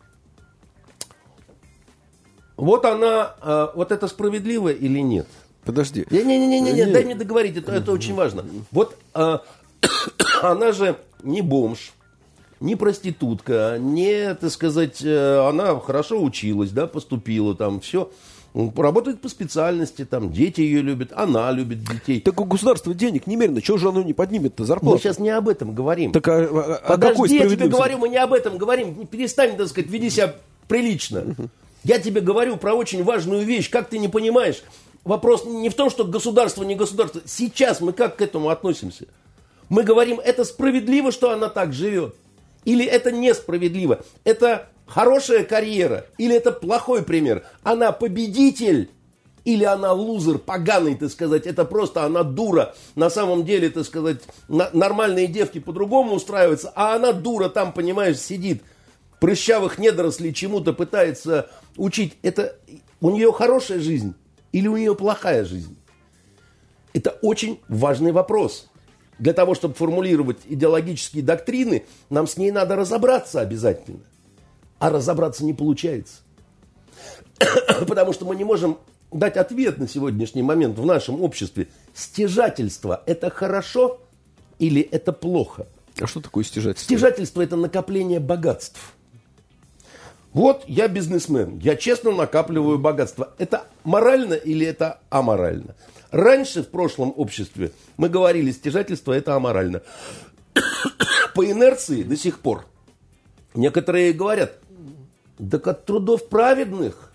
[SPEAKER 3] Вот она, вот это справедливо или нет?
[SPEAKER 2] Подожди.
[SPEAKER 3] Не, дай мне договорить, это очень важно. Вот она же не бомж, не проститутка, не, так сказать, она хорошо училась, да, поступила там, все. Работает по специальности, там, дети ее любят, она любит детей.
[SPEAKER 2] Так у государства денег немерено, чего же оно не поднимет-то зарплату?
[SPEAKER 3] Мы сейчас не об этом говорим.
[SPEAKER 2] Так
[SPEAKER 3] Подожди, я тебе говорю, мы не об этом говорим. Перестань, так сказать, веди себя прилично. Я тебе говорю про очень важную вещь, как ты не понимаешь. Вопрос не в том, что государство, не государство. Сейчас мы как к этому относимся? Мы говорим, это справедливо, что она так живет? Или это несправедливо? Это хорошая карьера или это плохой пример? Она победитель или она лузер, поганый, так сказать? Это просто она дура. На самом деле, так сказать, нормальные девки по-другому устраиваются, а она дура там, понимаешь, сидит. прыщавых недорослей чему-то пытается учить, это у нее хорошая жизнь или у нее плохая жизнь? Это очень важный вопрос. Для того, чтобы формулировать идеологические доктрины, нам с ней надо разобраться обязательно. А разобраться не получается. Потому что мы не можем дать ответ на сегодняшний момент в нашем обществе. Стяжательство – это хорошо или это плохо?
[SPEAKER 2] А что такое стяжательство?
[SPEAKER 3] Стяжательство – это накопление богатств. Вот я бизнесмен, я честно накапливаю богатство. Это морально или это аморально? Раньше в прошлом обществе мы говорили, стяжательство – это аморально. По инерции до сих пор некоторые говорят, так от трудов праведных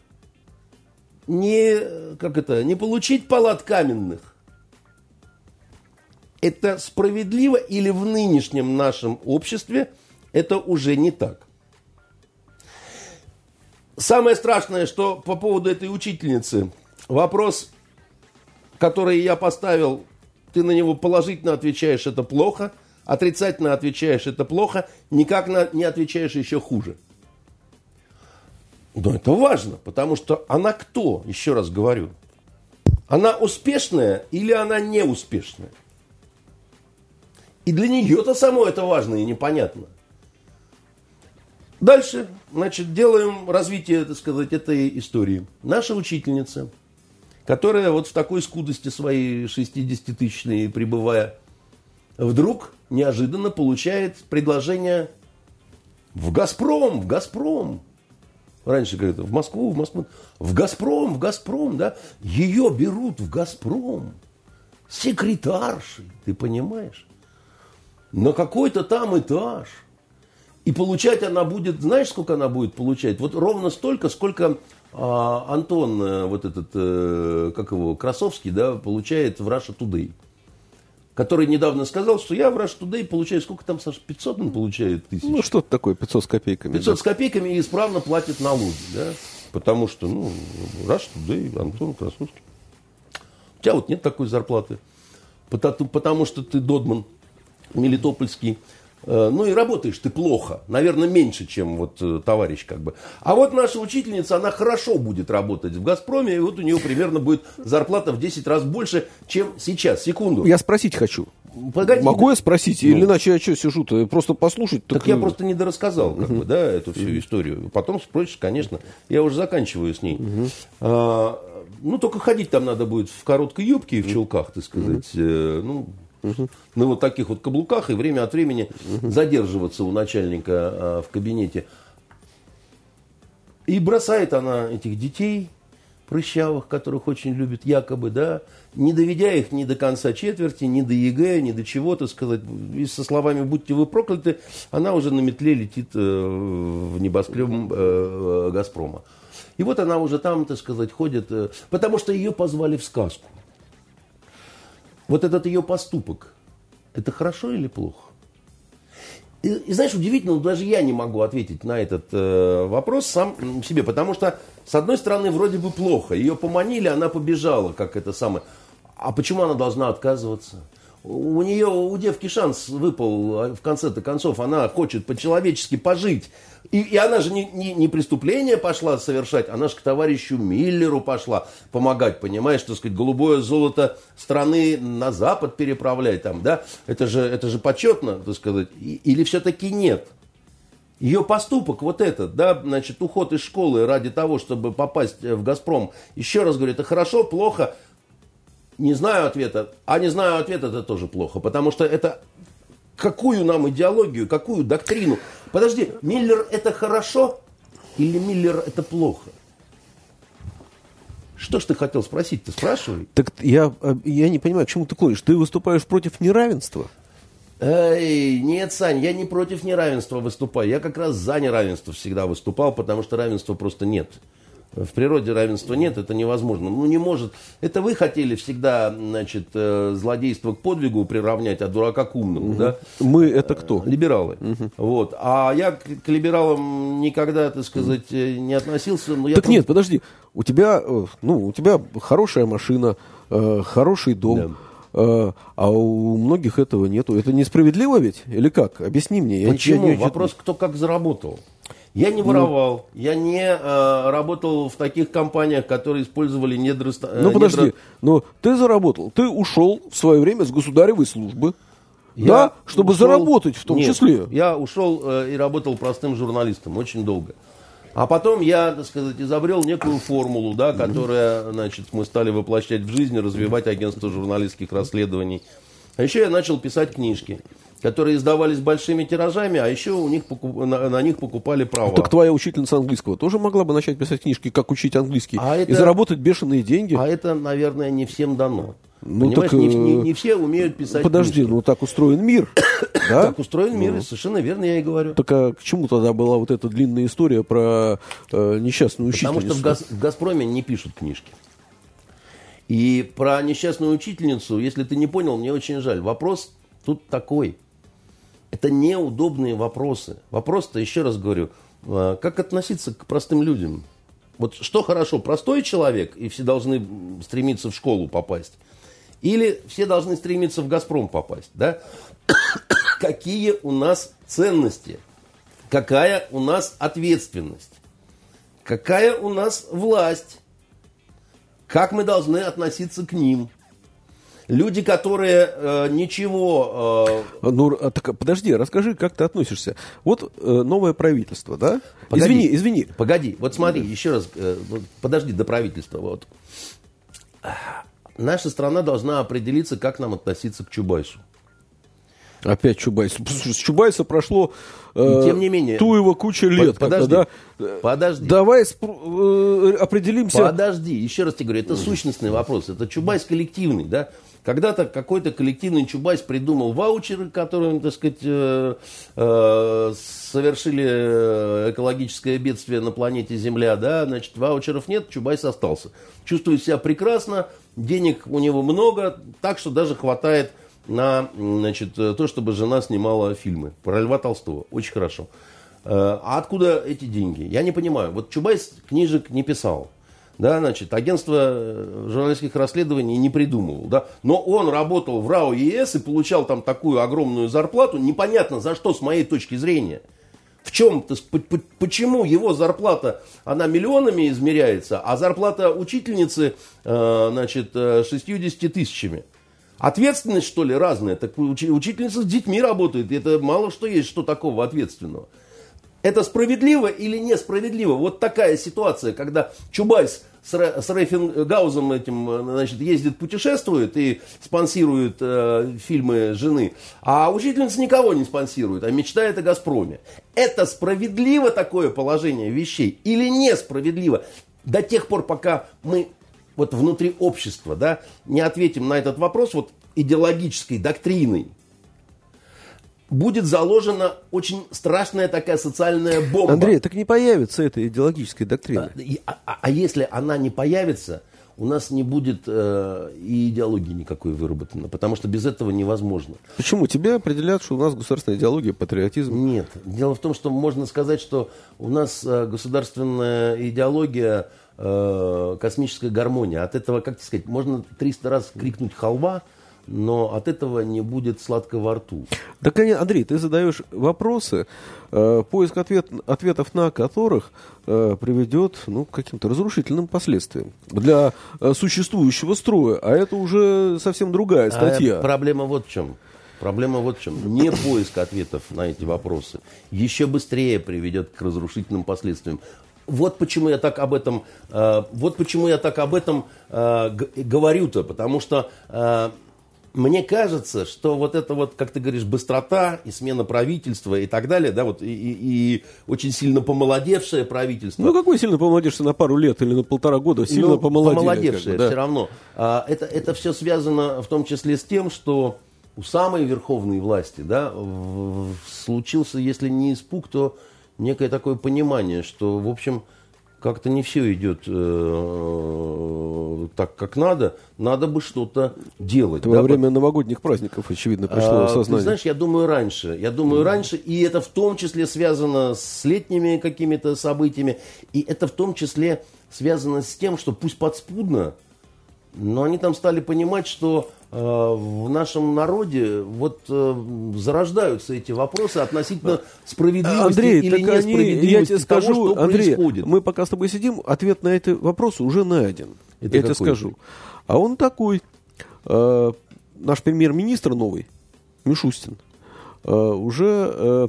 [SPEAKER 3] не получить палат каменных. Это справедливо или в нынешнем нашем обществе это уже не так? Самое страшное, что по поводу этой учительницы, вопрос, который я поставил, ты на него положительно отвечаешь, это плохо, отрицательно отвечаешь, это плохо, никак не отвечаешь, еще хуже. Но это важно, потому что она кто, еще раз говорю, она успешная или она неуспешная? И для нее-то само это важно и непонятно. Дальше, значит, делаем развитие, так сказать, этой истории. Наша учительница, которая вот в такой скудости своей 60-тысячной пребывая, вдруг неожиданно получает предложение в «Газпром». Раньше говорят, в Москву. В «Газпром», да. Ее берут в «Газпром». Секретаршей, ты понимаешь? На какой-то там этаж. И получать она будет, знаешь, сколько она будет получать? Вот ровно столько, сколько Антон, вот этот, как его, Красовский, да, получает в Russia Today. Который недавно сказал, что я в Russia Today получаю, сколько там, Саша, 500 он получает тысяч?
[SPEAKER 2] Ну, что-то такое, 500 с копейками.
[SPEAKER 3] 500 с копейками и исправно платит налоги, да? Потому что, Russia Today, Антон Красовский. У тебя вот нет такой зарплаты. Потому что ты додман мелитопольский. Ну и работаешь ты плохо, наверное, меньше, чем вот товарищ как бы. А вот наша учительница, она хорошо будет работать в «Газпроме», и вот у нее примерно будет зарплата в 10 раз больше, чем сейчас. Секунду.
[SPEAKER 2] Я спросить хочу.
[SPEAKER 3] Погоди.
[SPEAKER 2] Могу я спросить? Или иначе я что сижу-то? Просто послушать?
[SPEAKER 3] Так я просто недорассказал, как бы, да, эту всю историю. Потом спросишь, конечно. Я уже заканчиваю с ней. Только ходить там надо будет в короткой юбке и в чулках, так сказать. На вот таких вот каблуках и время от времени задерживаться у начальника в кабинете. И бросает она этих детей прыщавых, которых очень любит якобы, да, не доведя их ни до конца четверти, ни до ЕГЭ, ни до чего, так сказать. И со словами «будьте вы прокляты», она уже на метле летит в небоскреб «Газпрома». И вот она уже там, так сказать, ходит, потому что ее позвали в сказку. Вот этот ее поступок, это хорошо или плохо? И знаешь, удивительно, даже я не могу ответить на этот вопрос сам себе, потому что, с одной стороны, вроде бы плохо. Ее поманили, она побежала, как это самое. А почему она должна отказываться? У девки шанс выпал, в конце-то концов, она хочет по-человечески пожить. И она же не преступление пошла совершать, она же к товарищу Миллеру пошла помогать, понимаешь, так сказать, голубое золото страны на Запад переправлять там, да? Это же почетно, так сказать, или все-таки нет? Ее поступок вот этот, да, значит, уход из школы ради того, чтобы попасть в «Газпром», еще раз говорю, это хорошо, плохо? Не знаю ответа, не знаю ответа, это тоже плохо, потому что это какую нам идеологию, какую доктрину? Подожди, Миллер это хорошо или Миллер это плохо? Что ж ты хотел спросить? Ты спрашивай.
[SPEAKER 2] Так я не понимаю, к чему ты клонишь? Ты выступаешь против неравенства?
[SPEAKER 3] Нет, Сань, я не против неравенства выступаю. Я как раз за неравенство всегда выступал, потому что равенства просто нет. В природе равенства нет, это невозможно. Не может. Это вы хотели всегда, значит, злодейство к подвигу приравнять, а дурака к умному, да?
[SPEAKER 2] Мы это кто?
[SPEAKER 3] Либералы. Вот. А я к либералам никогда, так сказать, не относился. Но
[SPEAKER 2] так нет, подожди. У тебя хорошая машина, хороший дом. Да. А у многих этого нету. Это несправедливо ведь? Или как? Объясни мне.
[SPEAKER 3] Почему? Вопрос, кто как заработал. Я не воровал, я не работал в таких компаниях, которые использовали
[SPEAKER 2] Подожди, но ты заработал, ты ушел в свое время с государевой службы, чтобы заработать в том числе.
[SPEAKER 3] Я ушел и работал простым журналистом очень долго. А потом я, так сказать, изобрел некую формулу, да, которая, значит, мы стали воплощать в жизнь, развивать агентство журналистских расследований. А еще я начал писать книжки, которые издавались большими тиражами, а еще на них покупали права.
[SPEAKER 2] Так твоя учительница английского тоже могла бы начать писать книжки, как учить английский, и заработать бешеные деньги.
[SPEAKER 3] А это, наверное, не всем дано. Понимаешь, не все умеют писать
[SPEAKER 2] Подожди,
[SPEAKER 3] книжки.
[SPEAKER 2] Так устроен мир. Да?
[SPEAKER 3] Так устроен мир, совершенно верно я и говорю.
[SPEAKER 2] Так а к чему тогда была вот эта длинная история про несчастную учительницу?
[SPEAKER 3] Потому что в «Газпроме» не пишут книжки. И про несчастную учительницу, если ты не понял, мне очень жаль. Вопрос тут такой. Это неудобные вопросы. Вопрос-то, еще раз говорю, как относиться к простым людям? Вот что хорошо, простой человек, и все должны стремиться в школу попасть? Или все должны стремиться в «Газпром» попасть? Да? Какие у нас ценности? Какая у нас ответственность? Какая у нас власть? Как мы должны относиться к ним? Люди, которые ничего...
[SPEAKER 2] Так, подожди, расскажи, как ты относишься. Вот новое правительство, да? Извини.
[SPEAKER 3] Погоди, вот смотри, еще раз, подожди до правительства. Вот. Наша страна должна определиться, как нам относиться к Чубайсу.
[SPEAKER 2] Опять Чубайс. С Чубайса прошло
[SPEAKER 3] тем не менее,
[SPEAKER 2] Туева куча лет.
[SPEAKER 3] Подожди.
[SPEAKER 2] Давай определимся.
[SPEAKER 3] Подожди, еще раз тебе говорю, это сущностный вопрос. Это Чубайс коллективный, да? Когда-то какой-то коллективный Чубайс придумал ваучеры, которые, так сказать, совершили экологическое бедствие на планете Земля, да? Значит, ваучеров нет, Чубайс остался. Чувствует себя прекрасно, денег у него много, так что даже хватает на, значит, то, чтобы жена снимала фильмы про Льва Толстого. Очень хорошо. А откуда эти деньги? Я не понимаю. Вот Чубайс книжек не писал. Да, значит, агентство журналистских расследований не придумывал. Да? Но он работал в РАО ЕС и получал там такую огромную зарплату. Непонятно за что, с моей точки зрения. В чем, почему его зарплата, она миллионами измеряется, а зарплата учительницы, значит, 60 тысячами. Ответственность, что ли, разная? Так учительница с детьми работает, и это мало что есть, что такого ответственного. Это справедливо или несправедливо? Вот такая ситуация, когда Чубайс с Рейфенгаузом этим, значит, ездит, путешествует и спонсирует фильмы жены, а учительница никого не спонсирует, а мечтает о «Газпроме». Это справедливо такое положение вещей или несправедливо? До тех пор, пока мы... вот внутри общества, да, не ответим на этот вопрос вот идеологической доктриной, будет заложена очень страшная такая социальная бомба.
[SPEAKER 2] Андрей, так не появится эта идеологическая доктрина.
[SPEAKER 3] А если она не появится, у нас не будет и идеологии никакой выработано, потому что без этого невозможно.
[SPEAKER 2] Почему? Тебя определяют, что у нас государственная идеология, патриотизм?
[SPEAKER 3] Нет. Дело в том, что можно сказать, что у нас государственная идеология, космическая гармония. От этого, как тебе сказать, можно 300 раз крикнуть «халва», но от этого не будет сладко во рту.
[SPEAKER 2] Так, Андрей, ты задаешь вопросы, поиск ответов на которых приведет к каким-то разрушительным последствиям для существующего строя. А это уже совсем другая статья.
[SPEAKER 3] Проблема вот в чем. Проблема вот в чем. Не поиск ответов на эти вопросы еще быстрее приведет к разрушительным последствиям. Вот почему я так об этом, говорю-то, потому что мне кажется, что вот это вот, как ты говоришь, быстрота и смена правительства и так далее, да, вот и очень сильно помолодевшее правительство.
[SPEAKER 2] Ну, какой сильно помолодевшее на пару лет или на 1,5 года? Сильно
[SPEAKER 3] помолодевшее, все равно. Это все связано в том числе с тем, что у самой верховной власти, да, случился, если не испуг, то некое такое понимание, что, в общем, как-то не все идет так, как надо. Надо бы что-то делать.
[SPEAKER 2] Это во время новогодних праздников, очевидно, пришло осознание.
[SPEAKER 3] Ты знаешь, я думаю, раньше. И это в том числе связано с летними какими-то событиями. И это в том числе связано с тем, что пусть подспудно, Но они там стали понимать, что в нашем народе вот зарождаются эти вопросы относительно справедливости
[SPEAKER 2] Андрей,
[SPEAKER 3] или
[SPEAKER 2] так
[SPEAKER 3] несправедливости
[SPEAKER 2] я тебе скажу,
[SPEAKER 3] того, что
[SPEAKER 2] Андрей,
[SPEAKER 3] происходит.
[SPEAKER 2] мы пока с тобой сидим, ответ на эти вопросы уже найден.
[SPEAKER 3] Это
[SPEAKER 2] я тебе
[SPEAKER 3] какой?
[SPEAKER 2] скажу. А он такой. Наш премьер-министр новый, Мишустин, уже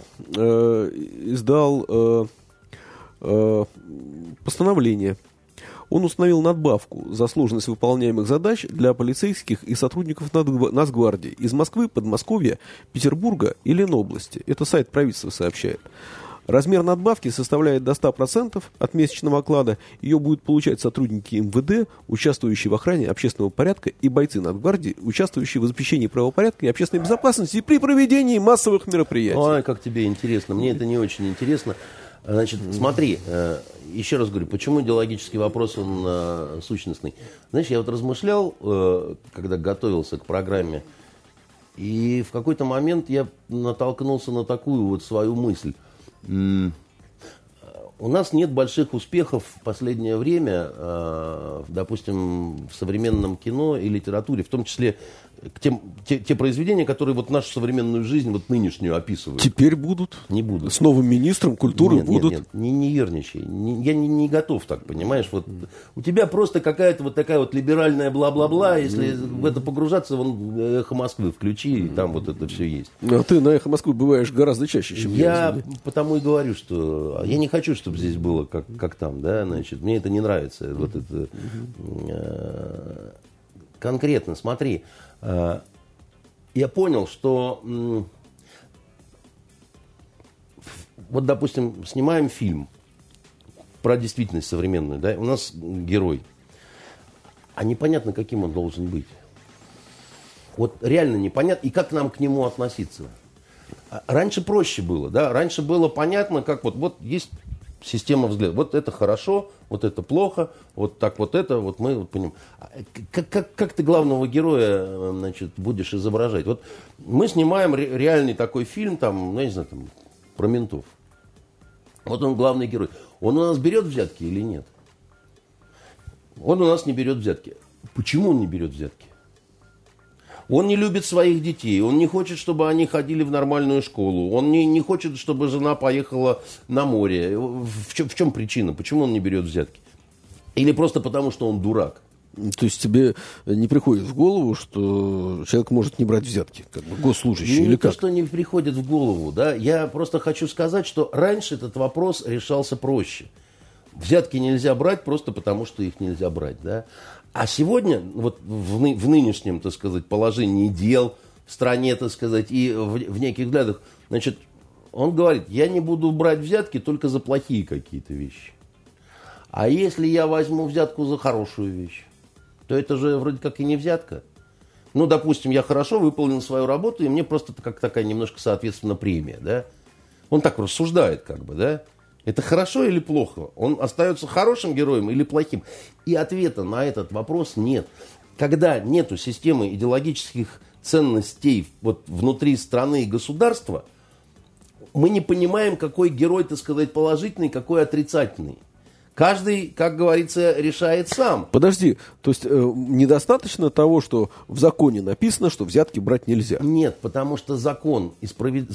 [SPEAKER 2] издал постановление. Он установил надбавку за сложность выполняемых задач для полицейских и сотрудников Нацгвардии из Москвы, Подмосковья, Петербурга и Ленобласти. Это сайт правительства сообщает. Размер надбавки составляет до 100% от месячного оклада. Ее будут получать сотрудники МВД, участвующие в охране общественного порядка, и бойцы Нацгвардии, участвующие в обеспечении правопорядка и общественной безопасности при проведении массовых мероприятий.
[SPEAKER 3] Ой, как тебе интересно. Мне это не очень интересно. Значит, смотри, еще раз говорю, почему идеологический вопрос, он сущностный. Знаешь, я вот размышлял, когда готовился к программе, и в какой-то момент я натолкнулся на такую вот свою мысль. У нас нет больших успехов в последнее время, допустим, в современном кино и литературе, в том числе те произведения, которые вот нашу современную жизнь, вот нынешнюю описывают.
[SPEAKER 2] Теперь будут.
[SPEAKER 3] Не будут.
[SPEAKER 2] С новым министром культуры будут.
[SPEAKER 3] Нет, не ерничай. Я не готов так, понимаешь? Вот у тебя просто какая-то вот такая вот либеральная бла-бла-бла. Если в это погружаться, вон «Эхо Москвы» включи, и там вот это все есть.
[SPEAKER 2] А ты на «Эхо Москвы» бываешь гораздо чаще, чем
[SPEAKER 3] я. Потому и говорю, что я не хочу, чтобы здесь было как там, да, значит. Мне это не нравится. Вот это конкретно, смотри. Я понял, что вот, допустим, снимаем фильм про действительность современную, да, у нас герой, а непонятно, каким он должен быть. Вот реально непонятно, и как нам к нему относиться. Раньше проще было, да, раньше было понятно, как вот есть система взглядов. Вот это хорошо, вот это плохо, вот так вот это, вот мы вот понимаем. Как ты главного героя, значит, будешь изображать? Вот мы снимаем реальный такой фильм, там, ну, я не знаю, там, про ментов. Вот он главный герой. Он у нас берет взятки или нет? Он у нас не берет взятки. Почему он не берет взятки? Он не любит своих детей, он не хочет, чтобы они ходили в нормальную школу, он не хочет, чтобы жена поехала на море. В чем причина? Почему он не берет взятки? Или просто потому, что он дурак?
[SPEAKER 2] То есть тебе не приходит в голову, что человек может не брать взятки, как бы госслужащий, или
[SPEAKER 3] не
[SPEAKER 2] как?
[SPEAKER 3] то, что не приходит в голову, да. Я просто хочу сказать, что раньше этот вопрос решался проще. Взятки нельзя брать просто потому, что их нельзя брать, да. А сегодня, вот в нынешнем, так сказать, положении дел в стране, так сказать, и в неких взглядах, значит, он говорит, я не буду брать взятки только за плохие какие-то вещи. А если я возьму взятку за хорошую вещь, то это же вроде как и не взятка. Ну, допустим, я хорошо выполнил свою работу, и мне просто как такая немножко, соответственно, премия, да. Он так рассуждает, как бы, да. Это хорошо или плохо? Он остается хорошим героем или плохим? И ответа на этот вопрос нет. Когда нету системы идеологических ценностей вот внутри страны и государства, мы не понимаем, какой герой, так сказать, положительный, какой отрицательный. Каждый, как говорится, решает сам.
[SPEAKER 2] Подожди, то есть недостаточно того, что в законе написано, что взятки брать нельзя?
[SPEAKER 3] Нет, потому что закон и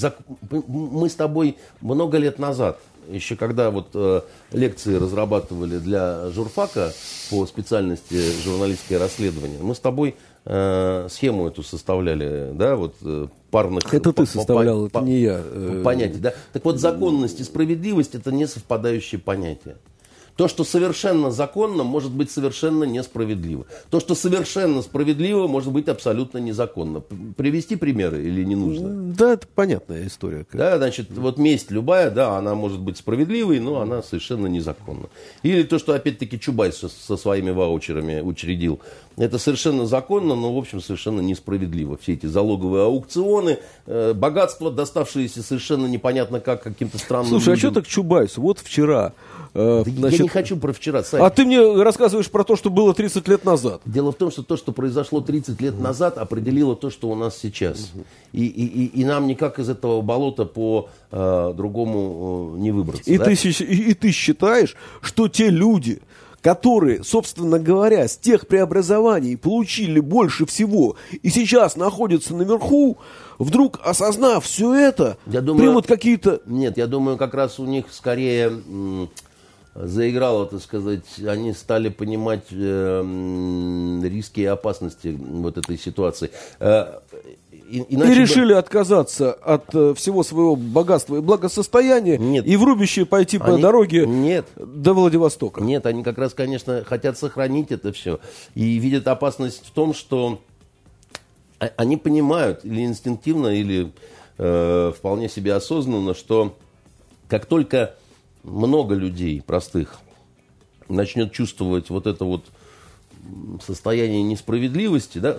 [SPEAKER 3] мы с тобой много лет назад, еще когда вот лекции разрабатывали для журфака по специальности журналистское расследование, мы с тобой схему эту составляли, да, вот парных...
[SPEAKER 2] Это ты составлял, это не я.
[SPEAKER 3] Понятий, да. Так вот, законность и справедливость — это не совпадающие понятия. То, что совершенно законно, может быть совершенно несправедливо. То, что совершенно справедливо, может быть абсолютно незаконно. Привести примеры или не нужно?
[SPEAKER 2] Да, это понятная история.
[SPEAKER 3] Да, значит, вот месть любая, да, она может быть справедливой, но она совершенно незаконна. Или то, что опять-таки Чубайс со своими ваучерами учредил. Это совершенно законно, но, в общем, совершенно несправедливо. Все эти залоговые аукционы, богатство, доставшееся совершенно непонятно как каким-то странным
[SPEAKER 2] Слушай,
[SPEAKER 3] людям.
[SPEAKER 2] а что так Чубайс? Вот вчера...
[SPEAKER 3] Я не хочу про вчера, Сань.
[SPEAKER 2] А ты мне рассказываешь про то, что было 30 лет назад.
[SPEAKER 3] Дело в том, что то, что произошло 30 лет назад, определило то, что у нас сейчас. И нам никак из этого болота по другому не выбраться.
[SPEAKER 2] И,
[SPEAKER 3] да?
[SPEAKER 2] ты считаешь, что те люди, которые, собственно говоря, с тех преобразований получили больше всего и сейчас находятся наверху, вдруг осознав все это, примут какие-то...
[SPEAKER 3] Нет, я думаю, как раз у них скорее заиграло, так сказать, они стали понимать риски и опасности вот этой ситуации.
[SPEAKER 2] И решили отказаться от всего своего богатства и благосостояния.
[SPEAKER 3] Нет.
[SPEAKER 2] И в рубище пойти по дороге до Владивостока.
[SPEAKER 3] Нет, они как раз, конечно, хотят сохранить это все. И видят опасность в том, что они понимают или инстинктивно, или вполне себе осознанно, что как только много людей простых начнет чувствовать вот это вот состояние несправедливости, да,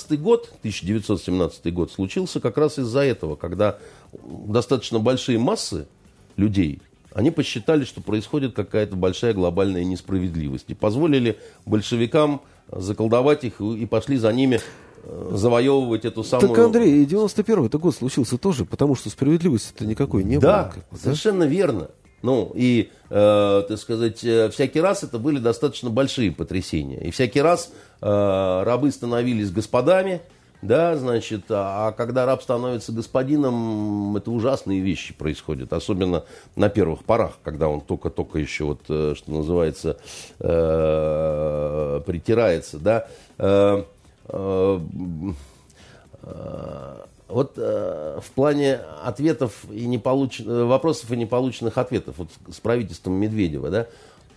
[SPEAKER 3] 1917 год случился как раз из-за этого, когда достаточно большие массы людей, они посчитали, что происходит какая-то большая глобальная несправедливость, и позволили большевикам заколдовать их и пошли за ними завоевывать эту самую...
[SPEAKER 2] Так, Андрей, и 91-й год случился тоже, потому что справедливости-то никакой не было.
[SPEAKER 3] Да, совершенно верно. Ну, и, так сказать, всякий раз это были достаточно большие потрясения. И всякий раз рабы становились господами, да, значит, а когда раб становится господином, это ужасные вещи происходят. Особенно на первых порах, когда он только-только еще, вот, что называется, притирается, да. Вот в плане ответов и вопросов и неполученных ответов вот с правительством Медведева, да,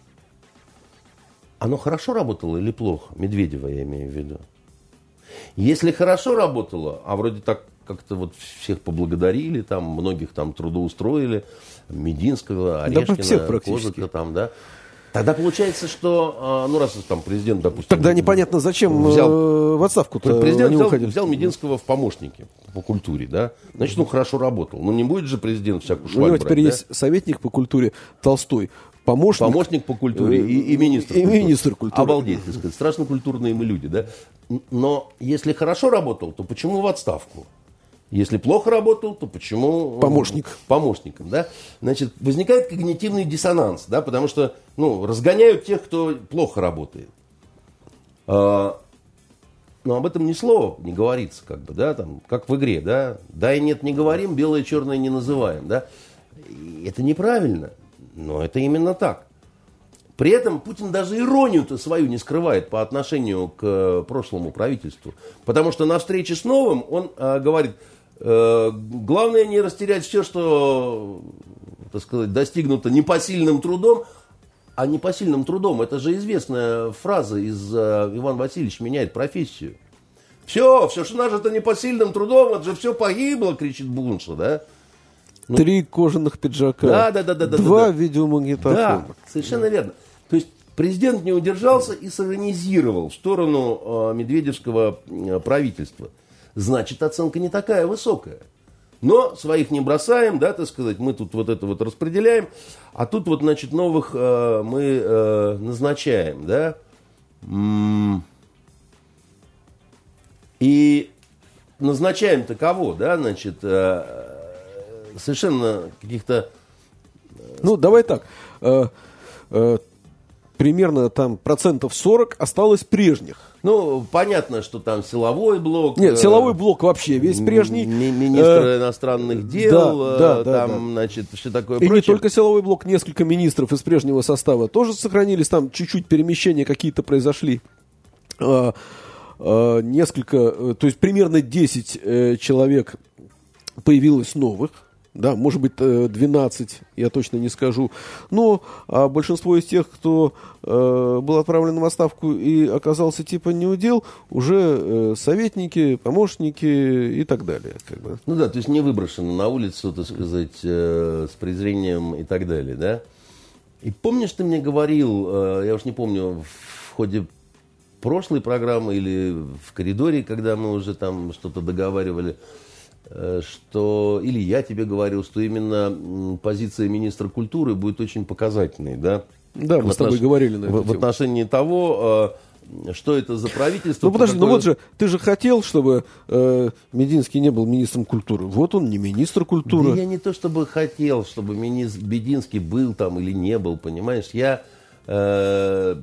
[SPEAKER 3] оно хорошо работало или плохо? Медведева я имею в виду. Если хорошо работало, а вроде так как-то вот всех поблагодарили, там многих там трудоустроили, Мединского, Орешкина, Козыка там, да. Тогда получается, что, ну, раз там президент, допустим...
[SPEAKER 2] Тогда непонятно, зачем в отставку-то
[SPEAKER 3] президент взял Мединского в помощники по культуре, да? Значит, он хорошо работал. Ну, не будет же президент всякую шваль брать,
[SPEAKER 2] у него теперь есть советник по культуре Толстой, помощник
[SPEAKER 3] по культуре и министр
[SPEAKER 2] культуры. Министр культуры.
[SPEAKER 3] Обалдеть, так сказать. Страшно культурные мы люди, да? Но если хорошо работал, то почему в отставку? Если плохо работал, то почему... Помощником, да? Значит, возникает когнитивный диссонанс, да, потому что, ну, разгоняют тех, кто плохо работает. Но об этом ни слова не говорится, как бы, да, там, как в игре, да. Да и нет, не говорим, белое, черное не называем, да. И это неправильно, но это именно так. При этом Путин даже иронию-то свою не скрывает по отношению к прошлому правительству. Потому что на встрече с новым он говорит... Главное не растерять все, что, так сказать, достигнуто непосильным трудом. А непосильным трудом, это же известная фраза из «Иван Васильевич меняет профессию». Все, что нажито непосильным трудом, это же все погибло, кричит Бунша, да?
[SPEAKER 2] 3 кожаных пиджака, 2 видеомагнитофона.
[SPEAKER 3] Да, совершенно верно. То есть президент не удержался и сиронизировал в сторону медведевского правительства. Значит, оценка не такая высокая. Но своих не бросаем, да, так сказать, мы тут вот это вот распределяем, а тут вот, значит, новых мы назначаем, да. И назначаем-то кого, да, значит, совершенно каких-то...
[SPEAKER 2] Ну, давай так, примерно там 40% осталось прежних.
[SPEAKER 3] Ну, понятно, что там силовой блок.
[SPEAKER 2] Нет, силовой блок вообще весь прежний.
[SPEAKER 3] Министр иностранных дел, там, значит, все такое
[SPEAKER 2] прочее. И
[SPEAKER 3] прочее.
[SPEAKER 2] не только силовой блок, несколько министров из прежнего состава тоже сохранились, там чуть-чуть перемещения какие-то произошли. Несколько, то есть примерно 10 человек появилось новых. Да, может быть, 12, я точно не скажу. Но большинство из тех, кто был отправлен в отставку и оказался типа неудел, уже советники, помощники и так далее. Как бы.
[SPEAKER 3] Ну да, то есть не выброшены на улицу, так сказать, с презрением и так далее, да? И помнишь, ты мне говорил, я уж не помню, в ходе прошлой программы или в коридоре, когда мы уже там что-то договаривали, что, или я тебе говорил, что именно позиция министра культуры будет очень показательной, да?
[SPEAKER 2] Да, мы с тобой говорили на эту тему.
[SPEAKER 3] В отношении того, что это за правительство.
[SPEAKER 2] Ну подожди, ну вот же, ты же хотел, чтобы Мединский не был министром культуры. Вот он не министр культуры.
[SPEAKER 3] Да я не то чтобы хотел, чтобы Мединский был там или не был, понимаешь? Я я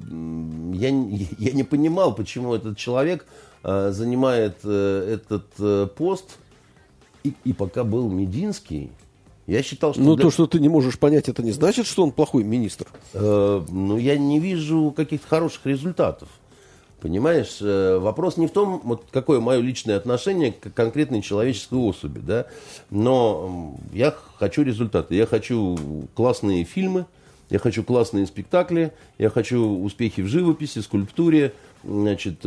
[SPEAKER 3] не понимал, почему этот человек занимает этот пост. И пока был Мединский, я считал, что...
[SPEAKER 2] Ну, то, что ты не можешь понять, это не значит, что он плохой министр.
[SPEAKER 3] Ну, я не вижу каких-то хороших результатов. Понимаешь, вопрос не в том, вот какое мое личное отношение к конкретной человеческой особи, да, но я хочу результаты. Я хочу классные фильмы, я хочу классные спектакли, я хочу успехи в живописи, скульптуре, значит,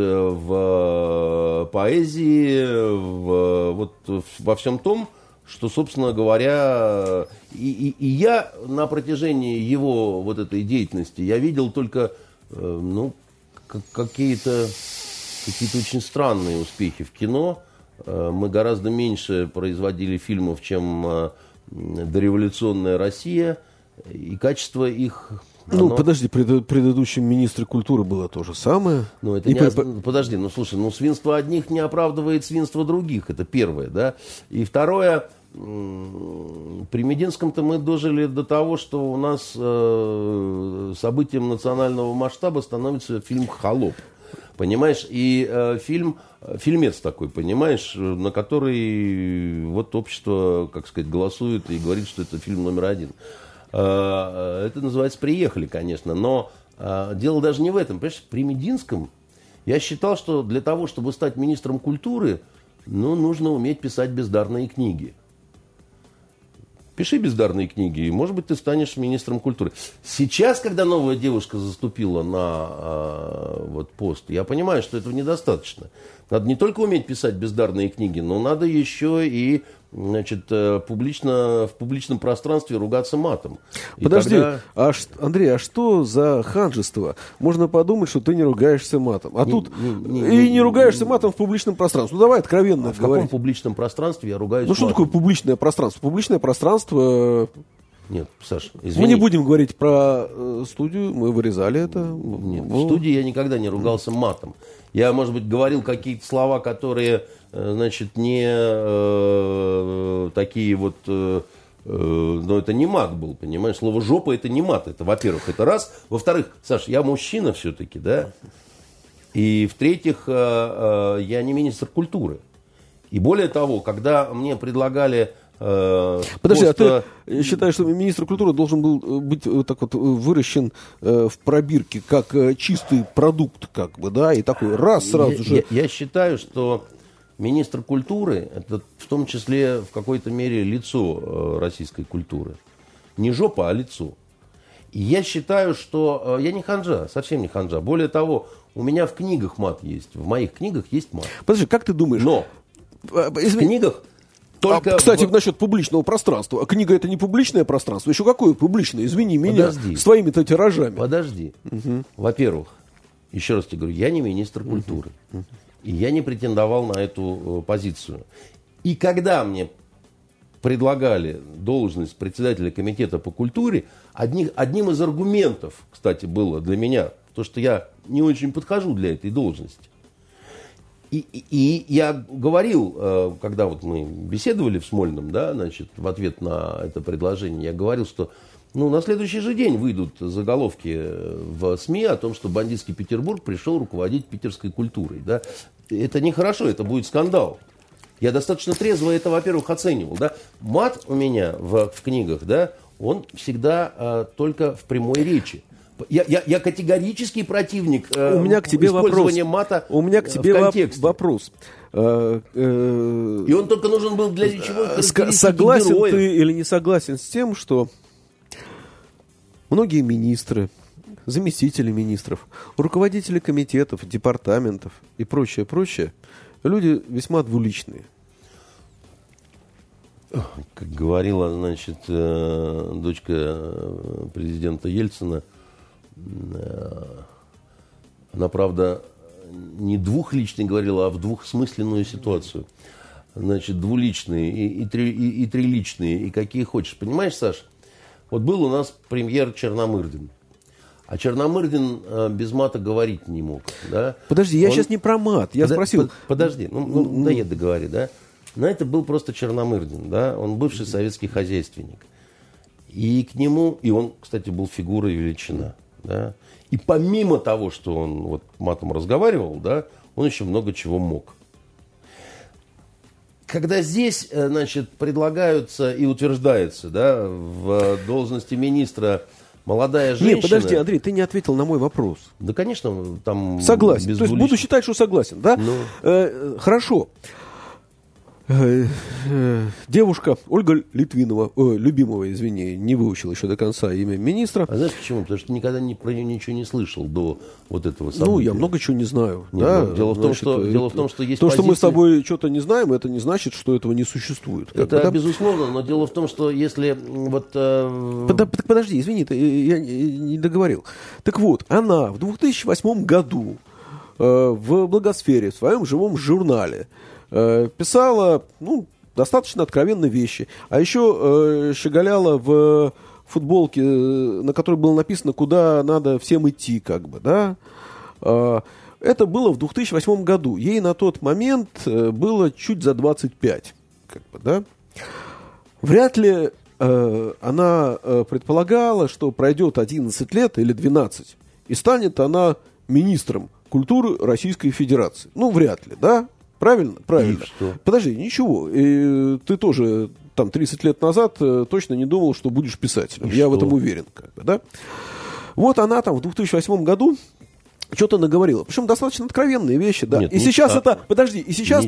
[SPEAKER 3] в поэзии, вот во всем том, что, собственно говоря, и я на протяжении его вот этой деятельности, я видел только, ну, какие-то очень странные успехи в кино. Мы гораздо меньше производили фильмов, чем дореволюционная Россия, и качество их...
[SPEAKER 2] Ну, подожди, предыдущем министре культуры было то же самое.
[SPEAKER 3] Ну, это подожди, ну, слушай, ну, свинство одних не оправдывает свинство других, это первое, да. И второе, при Мединском-то мы дожили до того, что у нас событием национального масштаба становится фильм «Холоп». Понимаешь? И фильмец такой, понимаешь, на который вот общество, как сказать, голосует и говорит, что это фильм номер один. Это называется «Приехали», конечно, но дело даже не в этом. Понимаешь, при Мединском я считал, что для того, чтобы стать министром культуры, ну, нужно уметь писать бездарные книги. Пиши бездарные книги, и, может быть, ты станешь министром культуры. Сейчас, когда новая девушка заступила на вот, пост, я понимаю, что этого недостаточно. Надо не только уметь писать бездарные книги, но надо еще и, значит, в публичном пространстве ругаться матом. И
[SPEAKER 2] подожди,
[SPEAKER 3] тогда...
[SPEAKER 2] Андрей, а что за ханжество? Можно подумать, что ты не ругаешься матом. А тут не ругаешься матом в публичном пространстве. Ну, давай откровенно
[SPEAKER 3] в
[SPEAKER 2] говорить.
[SPEAKER 3] каком публичном пространстве я ругаюсь
[SPEAKER 2] Ну, что
[SPEAKER 3] матом?
[SPEAKER 2] такое публичное пространство? Публичное пространство...
[SPEAKER 3] Нет, Саш, извини.
[SPEAKER 2] Мы не будем говорить про студию, мы вырезали это.
[SPEAKER 3] Нет, в студии я никогда не ругался матом. Я, может быть, говорил какие-то слова, которые, значит, не такие вот... но это не мат был, понимаешь? Слово «жопа» это не мат. Это, во-первых, это раз. Во-вторых, Саш, я мужчина все-таки, да? И, в-третьих, я не министр культуры. И более того, когда мне предлагали...
[SPEAKER 2] Подожди, а ты считаешь, что министр культуры должен был быть так вот выращен в пробирке, как чистый продукт, как бы, да, и такой раз сразу же...
[SPEAKER 3] Я считаю, что министр культуры – это в том числе в какой-то мере лицо российской культуры. Не жопа, а лицо. И я считаю, что... Я не ханжа, совсем не ханжа. Более того, у меня в книгах мат есть. В моих книгах есть мат.
[SPEAKER 2] Подожди, как ты думаешь?
[SPEAKER 3] Но в книгах... Только
[SPEAKER 2] кстати, насчет публичного пространства. А книга это не публичное пространство. Еще какое публичное? Извини меня. С твоими-то тиражами.
[SPEAKER 3] Подожди. Во-первых, еще раз тебе говорю, я не министр культуры. И я не претендовал на эту позицию. И когда мне предлагали должность председателя комитета по культуре, одним из аргументов, кстати, было для меня, то, что я не очень подхожу для этой должности. И я говорил, когда вот мы беседовали в Смольном, да, значит, в ответ на это предложение, я говорил, что на следующий же день выйдут заголовки в СМИ о том, что бандитский Петербург пришел руководить питерской культурой. Да. Это нехорошо, это будет скандал. Я достаточно трезво это, во-первых, оценивал. Да. Мат у меня в книгах, да, он всегда только в прямой речи. Я категорический противник использования мата
[SPEAKER 2] у меня к тебе
[SPEAKER 3] в контексте.
[SPEAKER 2] Вопрос.
[SPEAKER 3] И он только нужен был для чего?
[SPEAKER 2] Согласен
[SPEAKER 3] героев.
[SPEAKER 2] Ты или не согласен с тем, что многие министры, заместители министров, руководители комитетов, департаментов и прочее, люди весьма двуличные?
[SPEAKER 3] Как говорила, значит, дочка президента Ельцина, она, правда, не двухличной говорила, а в двухсмысленную ситуацию. Значит, двуличные и триличные, и какие хочешь. Понимаешь, Саш? Вот был у нас премьер Черномырдин. А Черномырдин без мата говорить не мог. Да?
[SPEAKER 2] Подожди, я сейчас не про мат. Я спросил...
[SPEAKER 3] Подожди, дай я договорю, да? Но это был просто Черномырдин, да? Он бывший советский хозяйственник. И к нему... И он, кстати, был фигурой величина. Да? И помимо того, что он вот матом разговаривал, да, он еще много чего мог. Когда здесь, значит, предлагаются и утверждается, да, в должности министра молодая женщина...
[SPEAKER 2] Нет, подожди, Андрей, ты не ответил на мой вопрос.
[SPEAKER 3] Да, конечно, там...
[SPEAKER 2] Согласен. То есть буду считать, что согласен, да? Хорошо. Девушка Ольга Литвинова, любимого, извини, не выучил еще до конца имя министра.
[SPEAKER 3] А знаешь почему? Потому что никогда про нее ничего не слышал до вот этого события.
[SPEAKER 2] Ну, я много чего не знаю.
[SPEAKER 3] Нет,
[SPEAKER 2] да?
[SPEAKER 3] Дело в том, что есть
[SPEAKER 2] то,
[SPEAKER 3] позиции...
[SPEAKER 2] что мы с тобой что-то не знаем, это не значит, что этого не существует.
[SPEAKER 3] Это безусловно, но дело в том, что если вот...
[SPEAKER 2] Подожди, извини, я не договорил. Так вот, она в 2008 году в «Благосфере», в своем живом журнале, писала, ну, достаточно откровенные вещи. А еще щеголяла в футболке, на которой было написано, куда надо всем идти, как бы, да. Это было в 2008 году. Ей на тот момент было чуть за 25, как бы, да. Вряд ли она предполагала, что пройдет 11 лет или 12, и станет она министром культуры Российской Федерации. Ну, вряд ли, да. Правильно? Правильно. Подожди, ничего. Ты тоже там 30 лет назад точно не думал, что будешь писателем. Я в этом уверен. Как бы, да? Вот она там в 2008 году что-то наговорила. Причем достаточно откровенные вещи, да.
[SPEAKER 3] Нет,
[SPEAKER 2] и сейчас это... Подожди, и сейчас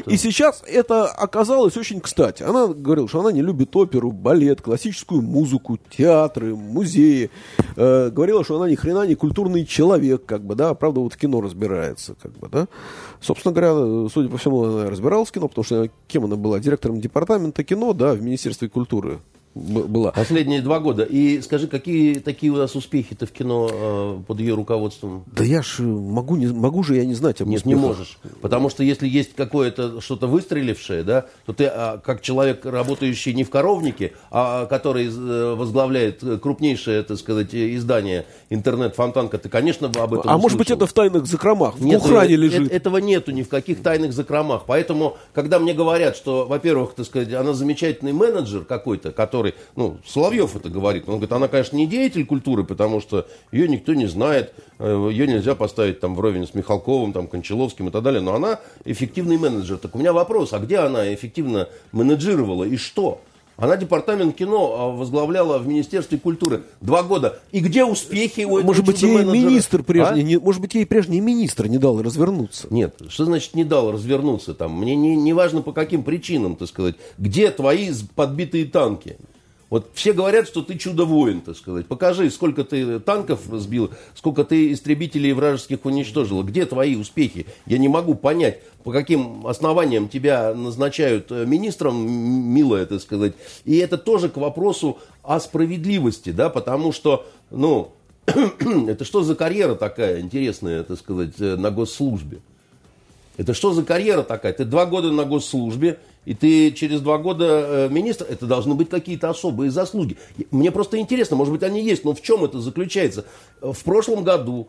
[SPEAKER 2] это оказалось очень кстати. Она говорила, что она не любит оперу, балет, классическую музыку, театры, музеи. Говорила, что она ни хрена не культурный человек, как бы, да. Правда, вот в кино разбирается, как бы, да. Собственно говоря, судя по всему, она разбиралась в кино, потому что кем она была? Директором департамента кино, да, в Министерстве культуры была.
[SPEAKER 3] Последние 2 года. И скажи, какие такие у нас успехи-то в кино под ее руководством?
[SPEAKER 2] Да я ж могу же я не знать об
[SPEAKER 3] Нет,
[SPEAKER 2] успехах.
[SPEAKER 3] не можешь. Потому что если есть какое-то что-то выстрелившее, да, то ты, как человек, работающий не в коровнике, а который возглавляет крупнейшее, так сказать, издание «Интернет-Фонтанка», ты, конечно, об этом
[SPEAKER 2] А может быть, это в тайных закромах, в Ухране лежит?
[SPEAKER 3] Этого нету ни в каких тайных закромах. Поэтому, когда мне говорят, что, во-первых, так сказать, она замечательный менеджер какой-то, который, ну, Соловьев это говорит, он говорит, она, конечно, не деятель культуры, потому что ее никто не знает, ее нельзя поставить там вровень с Михалковым, там, Кончаловским и так далее, но она эффективный менеджер. Так у меня вопрос, а где она эффективно менеджировала и что? Она департамент кино возглавляла в Министерстве культуры 2 года. И где успехи у этого
[SPEAKER 2] Может быть, ей
[SPEAKER 3] менеджера?
[SPEAKER 2] министр прежний, может быть, ей прежний министр не дал развернуться.
[SPEAKER 3] Нет, что значит не дал развернуться там? Мне не важно по каким причинам, так сказать. Где твои подбитые танки? Вот все говорят, что ты чудо-воин, так сказать. Покажи, сколько ты танков сбил, сколько ты истребителей вражеских уничтожил. Где твои успехи? Я не могу понять, по каким основаниям тебя назначают министром, милая, так сказать. И это тоже к вопросу о справедливости, да, потому что, ну, это что за карьера такая интересная, так сказать, на госслужбе? Это что за карьера такая? Ты 2 года на госслужбе, и ты через 2 года министр. Это должны быть какие-то особые заслуги. Мне просто интересно, может быть, они есть, но в чем это заключается? В прошлом году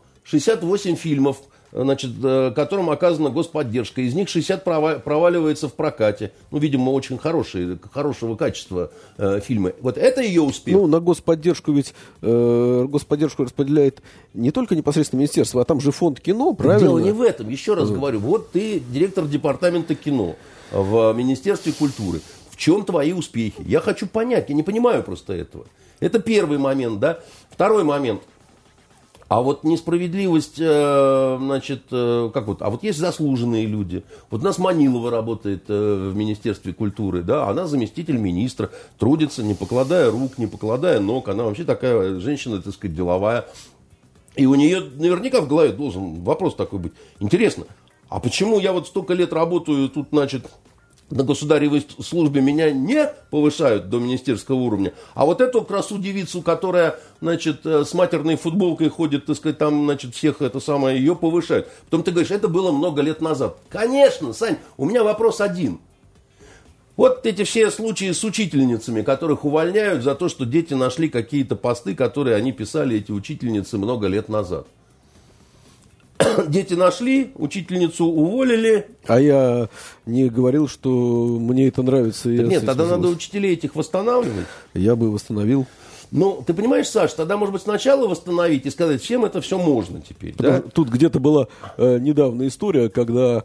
[SPEAKER 3] 68 фильмов, значит, которым оказана господдержка. Из них 60 проваливается в прокате. Ну, видимо, очень хорошего качества фильмы. Вот это ее успех.
[SPEAKER 2] Ну, на господдержку ведь господдержку распределяет не только непосредственно министерство, а там же фонд кино, правильно?
[SPEAKER 3] Дело не в этом. Еще раз говорю. Вот ты директор департамента кино в Министерстве культуры. В чем твои успехи? Я хочу понять. Я не понимаю просто этого. Это первый момент, да. Второй момент. А вот несправедливость, значит, как вот, а вот есть заслуженные люди. Вот у нас Манилова работает в Министерстве культуры, да, она заместитель министра, трудится, не покладая рук, не покладая ног. Она вообще такая женщина, так сказать, деловая. И у нее наверняка в голове должен вопрос такой быть. Интересно, а почему я вот столько лет работаю тут, значит, на государевой службе меня не повышают до министерского уровня, а вот эту красу-девицу, которая, значит, с матерной футболкой ходит, так сказать, там, значит, всех это самое, ее повышают. Потом ты говоришь, это было много лет назад. Конечно, Сань, у меня вопрос один. Вот эти все случаи с учительницами, которых увольняют за то, что дети нашли какие-то посты, которые они писали, эти учительницы, много лет назад. Дети нашли, учительницу уволили.
[SPEAKER 2] А я не говорил, что мне это нравится.
[SPEAKER 3] Нет, тогда надо учителей этих восстанавливать.
[SPEAKER 2] Я бы восстановил.
[SPEAKER 3] Ну, ты понимаешь, Саш, тогда, может быть, сначала восстановить и сказать, всем это все можно теперь. Да?
[SPEAKER 2] Тут где-то была недавно история, когда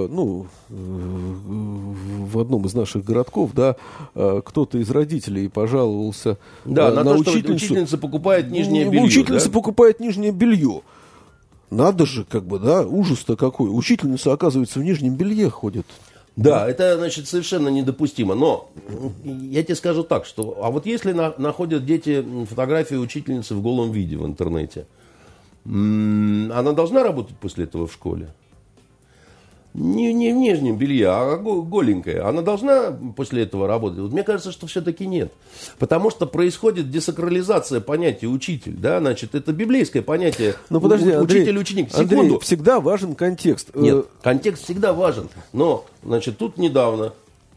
[SPEAKER 2] в одном из наших городков, да, кто-то из родителей пожаловался
[SPEAKER 3] на то,
[SPEAKER 2] учительницу.
[SPEAKER 3] Что учительница покупает нижнее белье.
[SPEAKER 2] Учительница покупает нижнее белье. Надо же, ужас-то какой. Учительница, оказывается, в нижнем белье ходит.
[SPEAKER 3] Да, это, значит, совершенно недопустимо. Но я тебе скажу так, что... А вот если находят дети фотографии учительницы в голом виде в интернете, она должна работать после этого в школе? Не в нижнем белье, а голенькая. Она должна после этого работать? Вот мне кажется, что все-таки нет. Потому что происходит десакрализация понятия учитель. Да? Значит, это библейское понятие.
[SPEAKER 2] Ну, подожди,
[SPEAKER 3] учитель-ученик. Секунду.
[SPEAKER 2] Андрей, всегда важен контекст.
[SPEAKER 3] Нет, контекст всегда важен. Но, значит, тут недавно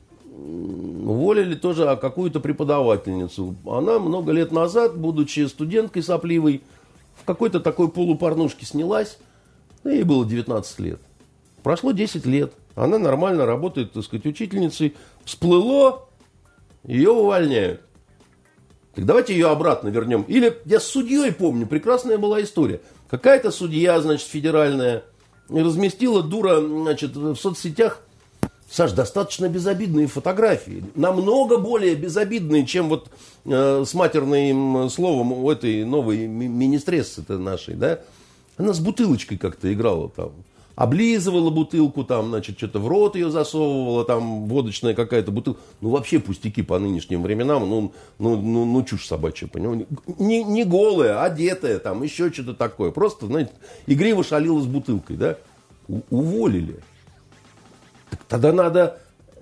[SPEAKER 3] уволили тоже какую-то преподавательницу. Она много лет назад, будучи студенткой сопливой, в какой-то такой полупорнушке снялась. Ей было 19 лет. Прошло 10 лет. Она нормально работает, так сказать, учительницей. Всплыло, ее увольняют. Так давайте ее обратно вернем. Или я с судьей помню, прекрасная была история. Какая-то судья, значит, федеральная, разместила дура, значит, в соцсетях, Саш, достаточно безобидные фотографии. Намного более безобидные, чем вот с матерным словом у этой новой министрессы-то нашей, да. Она с бутылочкой как-то играла там. Облизывала бутылку, там, значит, что-то в рот ее засовывала, там, водочная какая-то бутылка. Ну, вообще пустяки по нынешним временам, ну чушь собачья, понимаете. Не голая, одетая, там, еще что-то такое. Просто, знаете, игриво шалила с бутылкой, да. Уволили. Так тогда надо...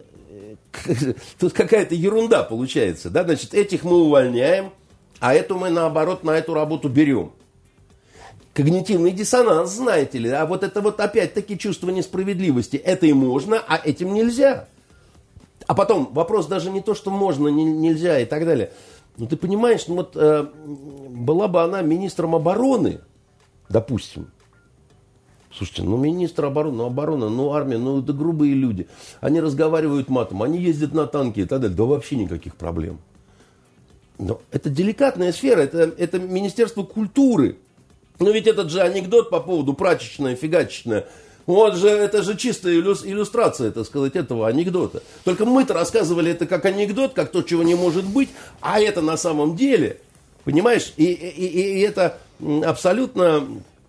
[SPEAKER 3] Тут какая-то ерунда получается, да. Значит, этих мы увольняем, а эту мы, наоборот, на эту работу берем. Когнитивный диссонанс, знаете ли. А вот это вот опять-таки чувство несправедливости. Это и можно, а этим нельзя. А потом вопрос даже не то, что можно, нельзя и так далее. Ну ты понимаешь, ну вот была бы она министром обороны, допустим. Слушайте, ну министр обороны, армия, это грубые люди. Они разговаривают матом, они ездят на танке и так далее. Да вообще никаких проблем. Но это деликатная сфера, это Министерство культуры. Но ведь этот же анекдот по поводу прачечная, фигачечная, вот же, это же чистая иллюстрация, так сказать, этого анекдота. Только мы-то рассказывали это как анекдот, как то, чего не может быть, а это на самом деле, понимаешь, и это абсолютная,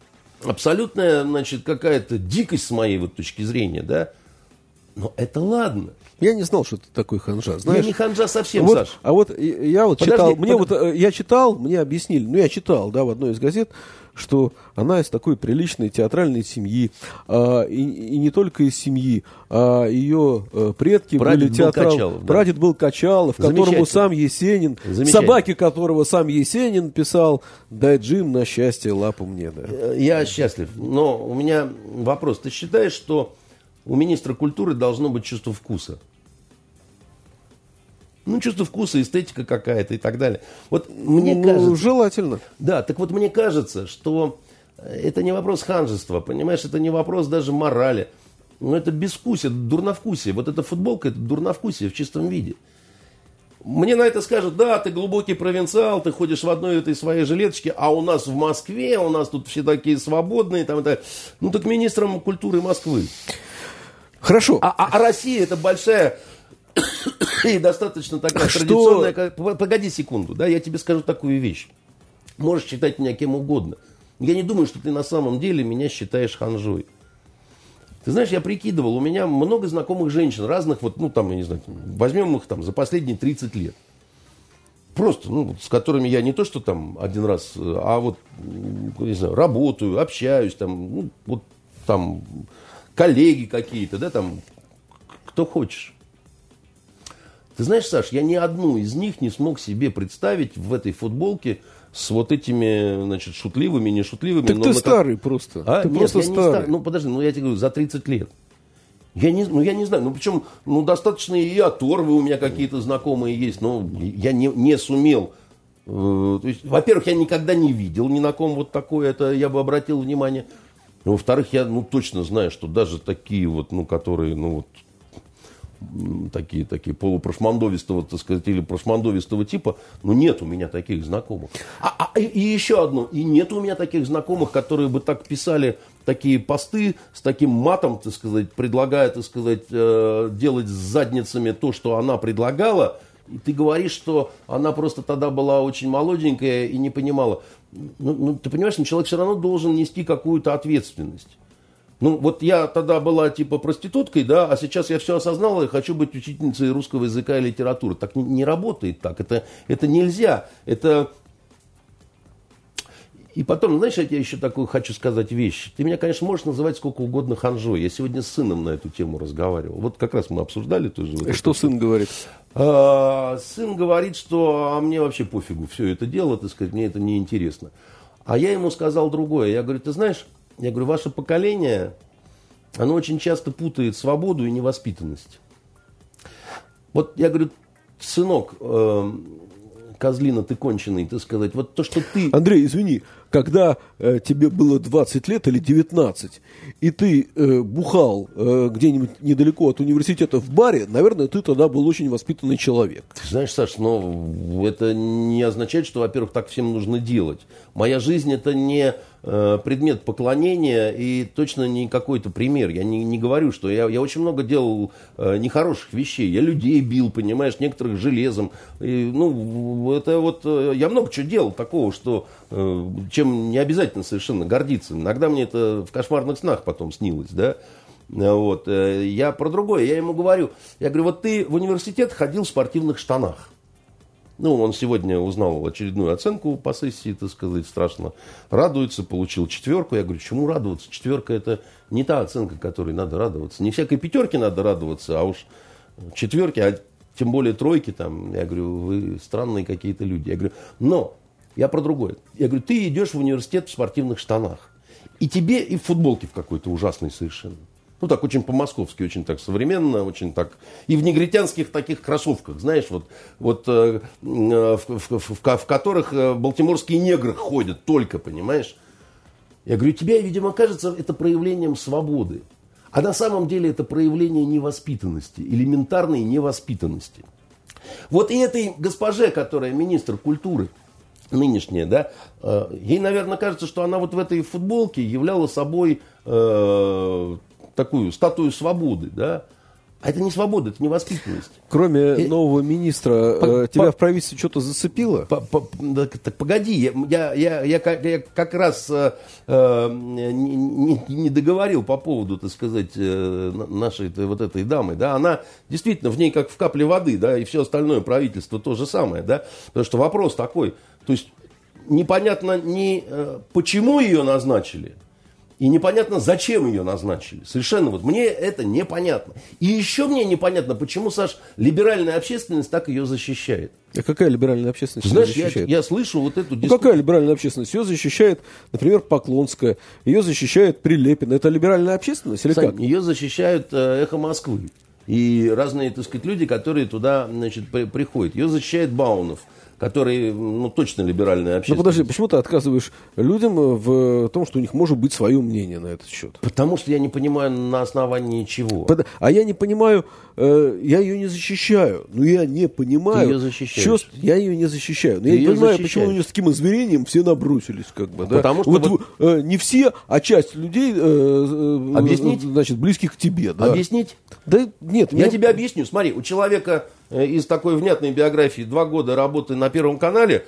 [SPEAKER 3] значит, какая-то дикость с моей вот точки зрения, да. Но это ладно.
[SPEAKER 2] Я не знал, что ты такой ханжа, знаешь.
[SPEAKER 3] Я не ханжа совсем,
[SPEAKER 2] вот,
[SPEAKER 3] Саш.
[SPEAKER 2] А вот я вот читал, я читал, мне объяснили, я читал, да, в одной из газет, что она из такой приличной театральной семьи, и не только из семьи, а ее предки были театралы. Прадед был Качалов, которому сам Есенин, собаке которого сам Есенин писал: «Дай, Джим, на счастье лапу мне». Да.
[SPEAKER 3] Я счастлив, но у меня вопрос. Ты считаешь, что у министра культуры должно быть чувство вкуса? Ну, чувство вкуса, эстетика какая-то и так далее. Вот мне кажется...
[SPEAKER 2] Желательно.
[SPEAKER 3] Да, так вот мне кажется, что это не вопрос ханжества, понимаешь, это не вопрос даже морали. Но это безвкусие, это дурновкусие. Вот эта футболка, это дурновкусие в чистом виде. Мне на это скажут: да, ты глубокий провинциал, ты ходишь в одной этой своей жилеточке, а у нас в Москве, у нас тут все такие свободные. Там, это... Ну, так министром культуры Москвы.
[SPEAKER 2] Хорошо.
[SPEAKER 3] А Россия это большая... И достаточно такая традиционная... Погоди секунду, да, я тебе скажу такую вещь. Можешь считать меня кем угодно. Я не думаю, что ты на самом деле меня считаешь ханжой. Ты знаешь, я прикидывал, у меня много знакомых женщин, разных, вот, я не знаю, возьмем их там за последние 30 лет. Просто, с которыми я не то, что там один раз, а вот, не знаю, работаю, общаюсь, там, там, коллеги какие-то, да, там, кто хочешь. Ты знаешь, Саш, я ни одну из них не смог себе представить в этой футболке с вот этими, значит, шутливыми, не шутливыми.
[SPEAKER 2] Так ты старый просто.
[SPEAKER 3] Ты нет, просто старый. Подожди, я тебе говорю, за 30 лет. Я не знаю, причем, достаточно и оторвы у меня какие-то знакомые есть, но я не сумел. То есть, во-первых, я никогда не видел ни на ком вот такое, это я бы обратил внимание. Во-вторых, я, точно знаю, что даже такие вот, которые, такие полупрошмандовистого, так сказать, или прошмандовистого типа, но нет у меня таких знакомых. И еще одно, и нет у меня таких знакомых, которые бы так писали такие посты с таким матом, так сказать, предлагая, так сказать, делать с задницами то, что она предлагала, и ты говоришь, что она просто тогда была очень молоденькая и не понимала. Ну, ты понимаешь, человек все равно должен нести какую-то ответственность. Ну, вот я тогда была типа проституткой, да, а сейчас я все осознала и хочу быть учительницей русского языка и литературы. Так не работает так, это нельзя, это... И потом, знаешь, я тебе еще такую хочу сказать вещь. Ты меня, конечно, можешь называть сколько угодно ханжой. Я сегодня с сыном на эту тему разговаривал. Вот как раз мы обсуждали тоже. Вот
[SPEAKER 2] что сын говорит?
[SPEAKER 3] Сын говорит, что мне вообще пофигу все это дело, так сказать, мне это не интересно. А я ему сказал другое. Я говорю, ты знаешь, ваше поколение, оно очень часто путает свободу и невоспитанность. Вот я говорю, сынок, козлина ты конченый, так сказать, вот то, что ты...
[SPEAKER 2] Андрей, извини, когда тебе было 20 лет или 19, и ты бухал где-нибудь недалеко от университета в баре, наверное, ты тогда был очень воспитанный человек.
[SPEAKER 3] Ты знаешь, Саш, но это не означает, что, во-первых, так всем нужно делать. Моя жизнь – это не предмет поклонения и точно не какой-то пример. Я не говорю, что я очень много делал нехороших вещей. Я людей бил, понимаешь, некоторых железом. И, это вот я много чего делал такого, что чем не обязательно совершенно гордиться. Иногда мне это в кошмарных снах потом снилось, да. Вот. Я про другое. Я ему говорю, вот ты в университет ходил в спортивных штанах. Он сегодня узнал очередную оценку по сессии, так сказать, страшно радуется, получил 4. Я говорю, чему радоваться? 4 это не та оценка, которой надо радоваться. Не всякой 5 надо радоваться, а уж 4, а тем более 3 там. Я говорю, вы странные какие-то люди. Я говорю, но я про другое. Я говорю, ты идешь в университет в спортивных штанах. И тебе и в футболке в какой-то ужасной совершенно. Так очень по-московски, очень так современно, очень так. И в негритянских таких кроссовках, знаешь, в которых балтиморские негры ходят только, понимаешь? Я говорю, тебе, видимо, кажется это проявлением свободы. А на самом деле это проявление невоспитанности, элементарной невоспитанности. Вот и этой госпоже, которая министр культуры, нынешняя, да, ей, наверное, кажется, что она вот в этой футболке являла собой такую статую свободы, да. А это не свобода, это невоспитанность.
[SPEAKER 2] Кроме нового министра, тебя в правительстве что-то зацепило?
[SPEAKER 3] Так погоди, я как раз не договорил по поводу, так сказать, нашей вот этой дамы, да. Она действительно в ней как в капле воды, да, и все остальное правительство то же самое, да. Потому что вопрос такой, то есть непонятно ни почему ее назначили, и непонятно, зачем ее назначили. Совершенно вот мне это непонятно. И еще мне непонятно, почему, Саш, либеральная общественность так ее защищает.
[SPEAKER 2] А какая либеральная общественность
[SPEAKER 3] ее
[SPEAKER 2] защищает?
[SPEAKER 3] Я слышу вот эту дискуссию.
[SPEAKER 2] Какая либеральная общественность? Ее защищает, например, Поклонская. Ее защищает Прилепин. Это либеральная общественность или
[SPEAKER 3] Сань,
[SPEAKER 2] как?
[SPEAKER 3] Ее защищают «Эхо Москвы». И разные, так сказать, люди, которые туда, значит, приходят. Ее защищает Баунов, который, точно либеральная общественность.
[SPEAKER 2] Подожди, почему ты отказываешь людям в том, что у них может быть свое мнение на этот счет?
[SPEAKER 3] Потому что я не понимаю, на основании чего.
[SPEAKER 2] А я не понимаю, я ее не защищаю. Но я не понимаю.
[SPEAKER 3] Ты ее защищаешь.
[SPEAKER 2] Я ее не защищаю. Но я не понимаю, почему у нее с таким озверением все набросились.
[SPEAKER 3] Потому что
[SPEAKER 2] не все, а часть людей
[SPEAKER 3] объяснить?
[SPEAKER 2] Значит, близких к тебе. Да.
[SPEAKER 3] Объяснить?
[SPEAKER 2] Да нет.
[SPEAKER 3] Я тебе объясню. Смотри, у человека из такой внятной биографии 2 года работы на Первом канале,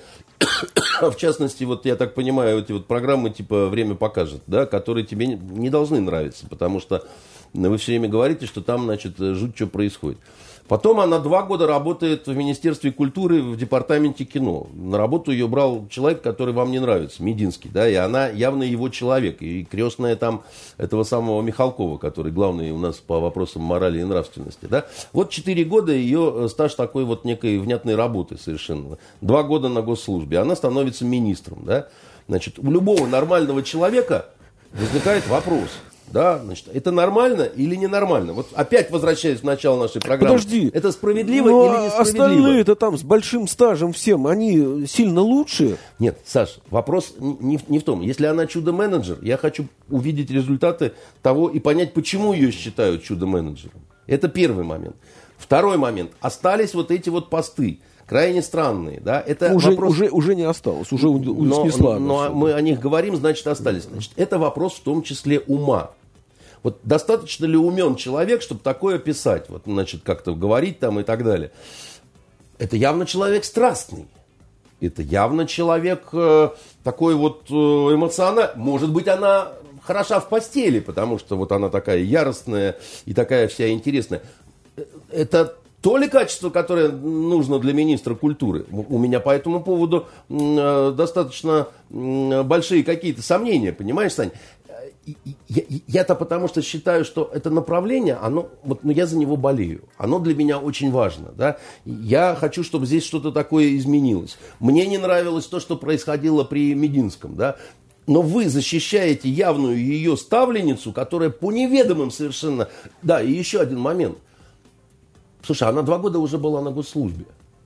[SPEAKER 3] в частности, вот я так понимаю, эти вот программы типа «Время покажет», да, которые тебе не должны нравиться, потому что вы все время говорите, что там, значит, жуть, что происходит. Потом она 2 года работает в Министерстве культуры в департаменте кино. На работу ее брал человек, который вам не нравится, Мединский, да, и она явно его человек. И крестная там этого самого Михалкова, который главный у нас по вопросам морали и нравственности, да. Вот 4 года ее стаж такой вот некой внятной работы совершенно. 2 года на госслужбе. Она становится министром, да. Значит, у любого нормального человека возникает вопрос. Да, значит, это нормально или ненормально? Вот опять возвращаясь в начало нашей программы.
[SPEAKER 2] Подожди.
[SPEAKER 3] Это справедливо или несправедливо?
[SPEAKER 2] Остальные-то там с большим стажем всем, они сильно лучше?
[SPEAKER 3] Нет, Саш, вопрос не в том. Если она чудо-менеджер, я хочу увидеть результаты того и понять, почему ее считают чудо-менеджером. Это первый момент. Второй момент. Остались вот эти вот посты. Крайне странные. Да? Это
[SPEAKER 2] уже не осталось, уже снесла.
[SPEAKER 3] Но мы о них говорим, значит, остались. Значит, это вопрос в том числе ума. Вот достаточно ли умен человек, чтобы такое писать? Вот, значит, как-то говорить там и так далее. Это явно человек страстный. Это явно человек такой вот эмоциональный. Может быть, она хороша в постели, потому что вот она такая яростная и такая вся интересная. Это то ли качество, которое нужно для министра культуры? У меня по этому поводу достаточно большие какие-то сомнения, понимаешь, Сань? Я-то потому что считаю, что это направление, я за него болею. Оно для меня очень важно. Да? Я хочу, чтобы здесь что-то такое изменилось. Мне не нравилось то, что происходило при Мединском. Да? Но вы защищаете явную ее ставленницу, которая по неведомым совершенно... Да, и еще один момент. Слушай, она 2 года уже была на госслужбе.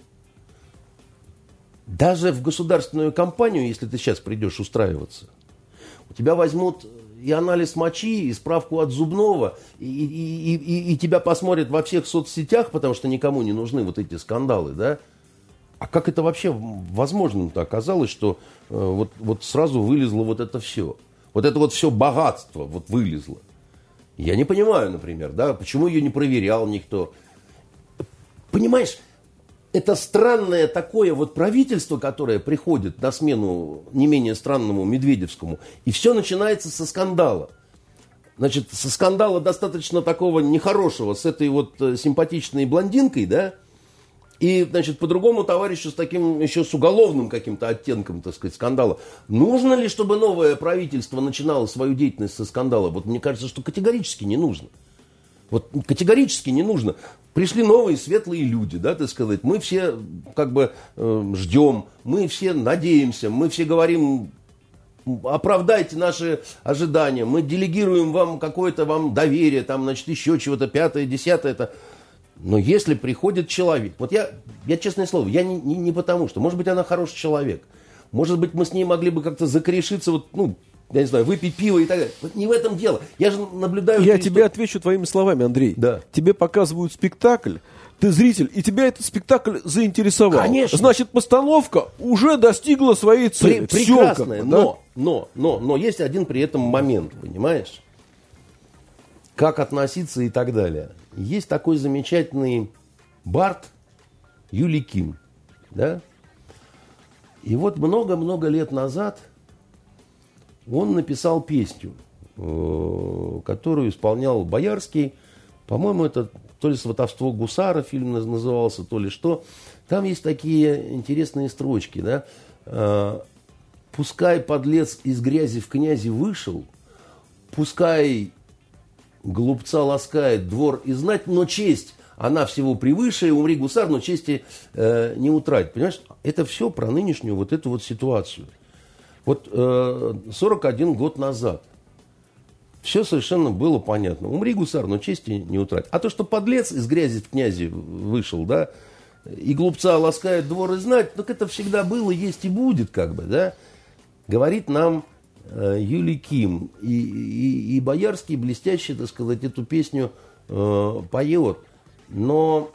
[SPEAKER 3] Даже в государственную компанию, если ты сейчас придешь устраиваться, у тебя возьмут и анализ мочи, и справку от зубного, и тебя посмотрят во всех соцсетях, потому что никому не нужны вот эти скандалы, да? А как это вообще возможно-то оказалось, что вот сразу вылезло вот это все? Вот это вот все богатство вот вылезло. Я не понимаю, например, да, почему ее не проверял никто. Понимаешь, это странное такое вот правительство, которое приходит на смену не менее странному Медведевскому, и все начинается со скандала. Значит, со скандала достаточно такого нехорошего с этой вот симпатичной блондинкой, да, и, значит, по другому товарищу с таким еще с уголовным каким-то оттенком, так сказать, скандала. Нужно ли, чтобы новое правительство начинало свою деятельность со скандала? Вот мне кажется, что категорически не нужно. Вот категорически не нужно. Пришли новые светлые люди, да, так сказать. Мы все как бы ждем, мы все надеемся, мы все говорим, оправдайте наши ожидания, мы делегируем вам какое-то вам доверие, там, значит, еще чего-то, 5-е, 10-е, это... Но если приходит человек, вот я честное слово, я не потому что, может быть, она хороший человек, может быть, мы с ней могли бы как-то закорешиться, вот, я не знаю, выпить пиво и так далее. Вот не в этом дело. Я же наблюдаю...
[SPEAKER 2] Я тебе отвечу твоими словами, Андрей.
[SPEAKER 3] Да.
[SPEAKER 2] Тебе показывают спектакль, ты зритель, и тебя этот спектакль заинтересовал.
[SPEAKER 3] Конечно.
[SPEAKER 2] Значит, постановка уже достигла своей цели.
[SPEAKER 3] Прекрасная,
[SPEAKER 2] да?
[SPEAKER 3] но есть один при этом момент, понимаешь? Как относиться и так далее. Есть такой замечательный бард Юлий Ким, да? И вот много-много лет назад он написал песню, которую исполнял Боярский. По-моему, это то ли «Сватовство гусара» фильм назывался, то ли что. Там есть такие интересные строчки, да? «Пускай подлец из грязи в князи вышел, пускай глупца ласкает двор и знать, но честь, она всего превыше, умри гусар, но чести не утратит». Понимаешь, это все про нынешнюю вот эту вот ситуацию. Вот 41 год назад все совершенно было понятно. Умри, гусар, но чести не утратит. А то, что подлец из грязи в князи вышел, да, и глупца ласкает двор и знать, так это всегда было, есть и будет, как бы, да, говорит нам Юлий Ким. И Боярский блестяще, так сказать, эту песню поет. Но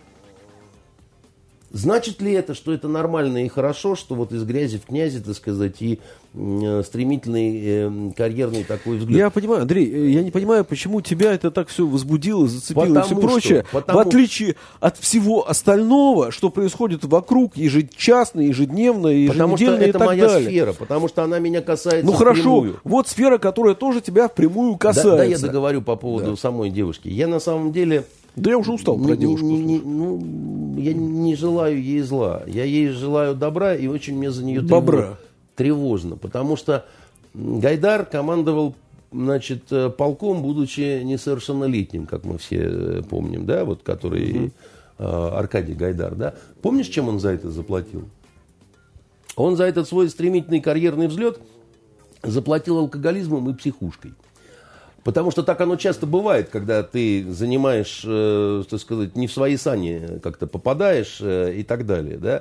[SPEAKER 3] значит ли это, что это нормально и хорошо, что вот из грязи в князи, так сказать, и стремительный карьерный такой взгляд?
[SPEAKER 2] Я понимаю, Андрей, я не понимаю, почему тебя это так все возбудило, зацепило и все прочее, в отличие от всего остального, что происходит вокруг ежечасно, ежедневно, еженедельно и так далее.
[SPEAKER 3] Потому что это моя сфера, потому что она меня касается
[SPEAKER 2] Ну хорошо,
[SPEAKER 3] впрямую.
[SPEAKER 2] Вот сфера, которая тоже тебя впрямую касается.
[SPEAKER 3] Да, я договорю по поводу самой девушки. Я на самом деле...
[SPEAKER 2] Да я уже устал про девушку.
[SPEAKER 3] Я не желаю ей зла. Я ей желаю добра, и очень мне за нее тревожно. Потому что Гайдар командовал, значит, полком, будучи несовершеннолетним, как мы все помним, да, вот который Аркадий Гайдар, да. Помнишь, чем он за это заплатил? Он за этот свой стремительный карьерный взлет заплатил алкоголизмом и психушкой. Потому что так оно часто бывает, когда ты занимаешь, так сказать, не в свои сани как-то попадаешь и так далее, да.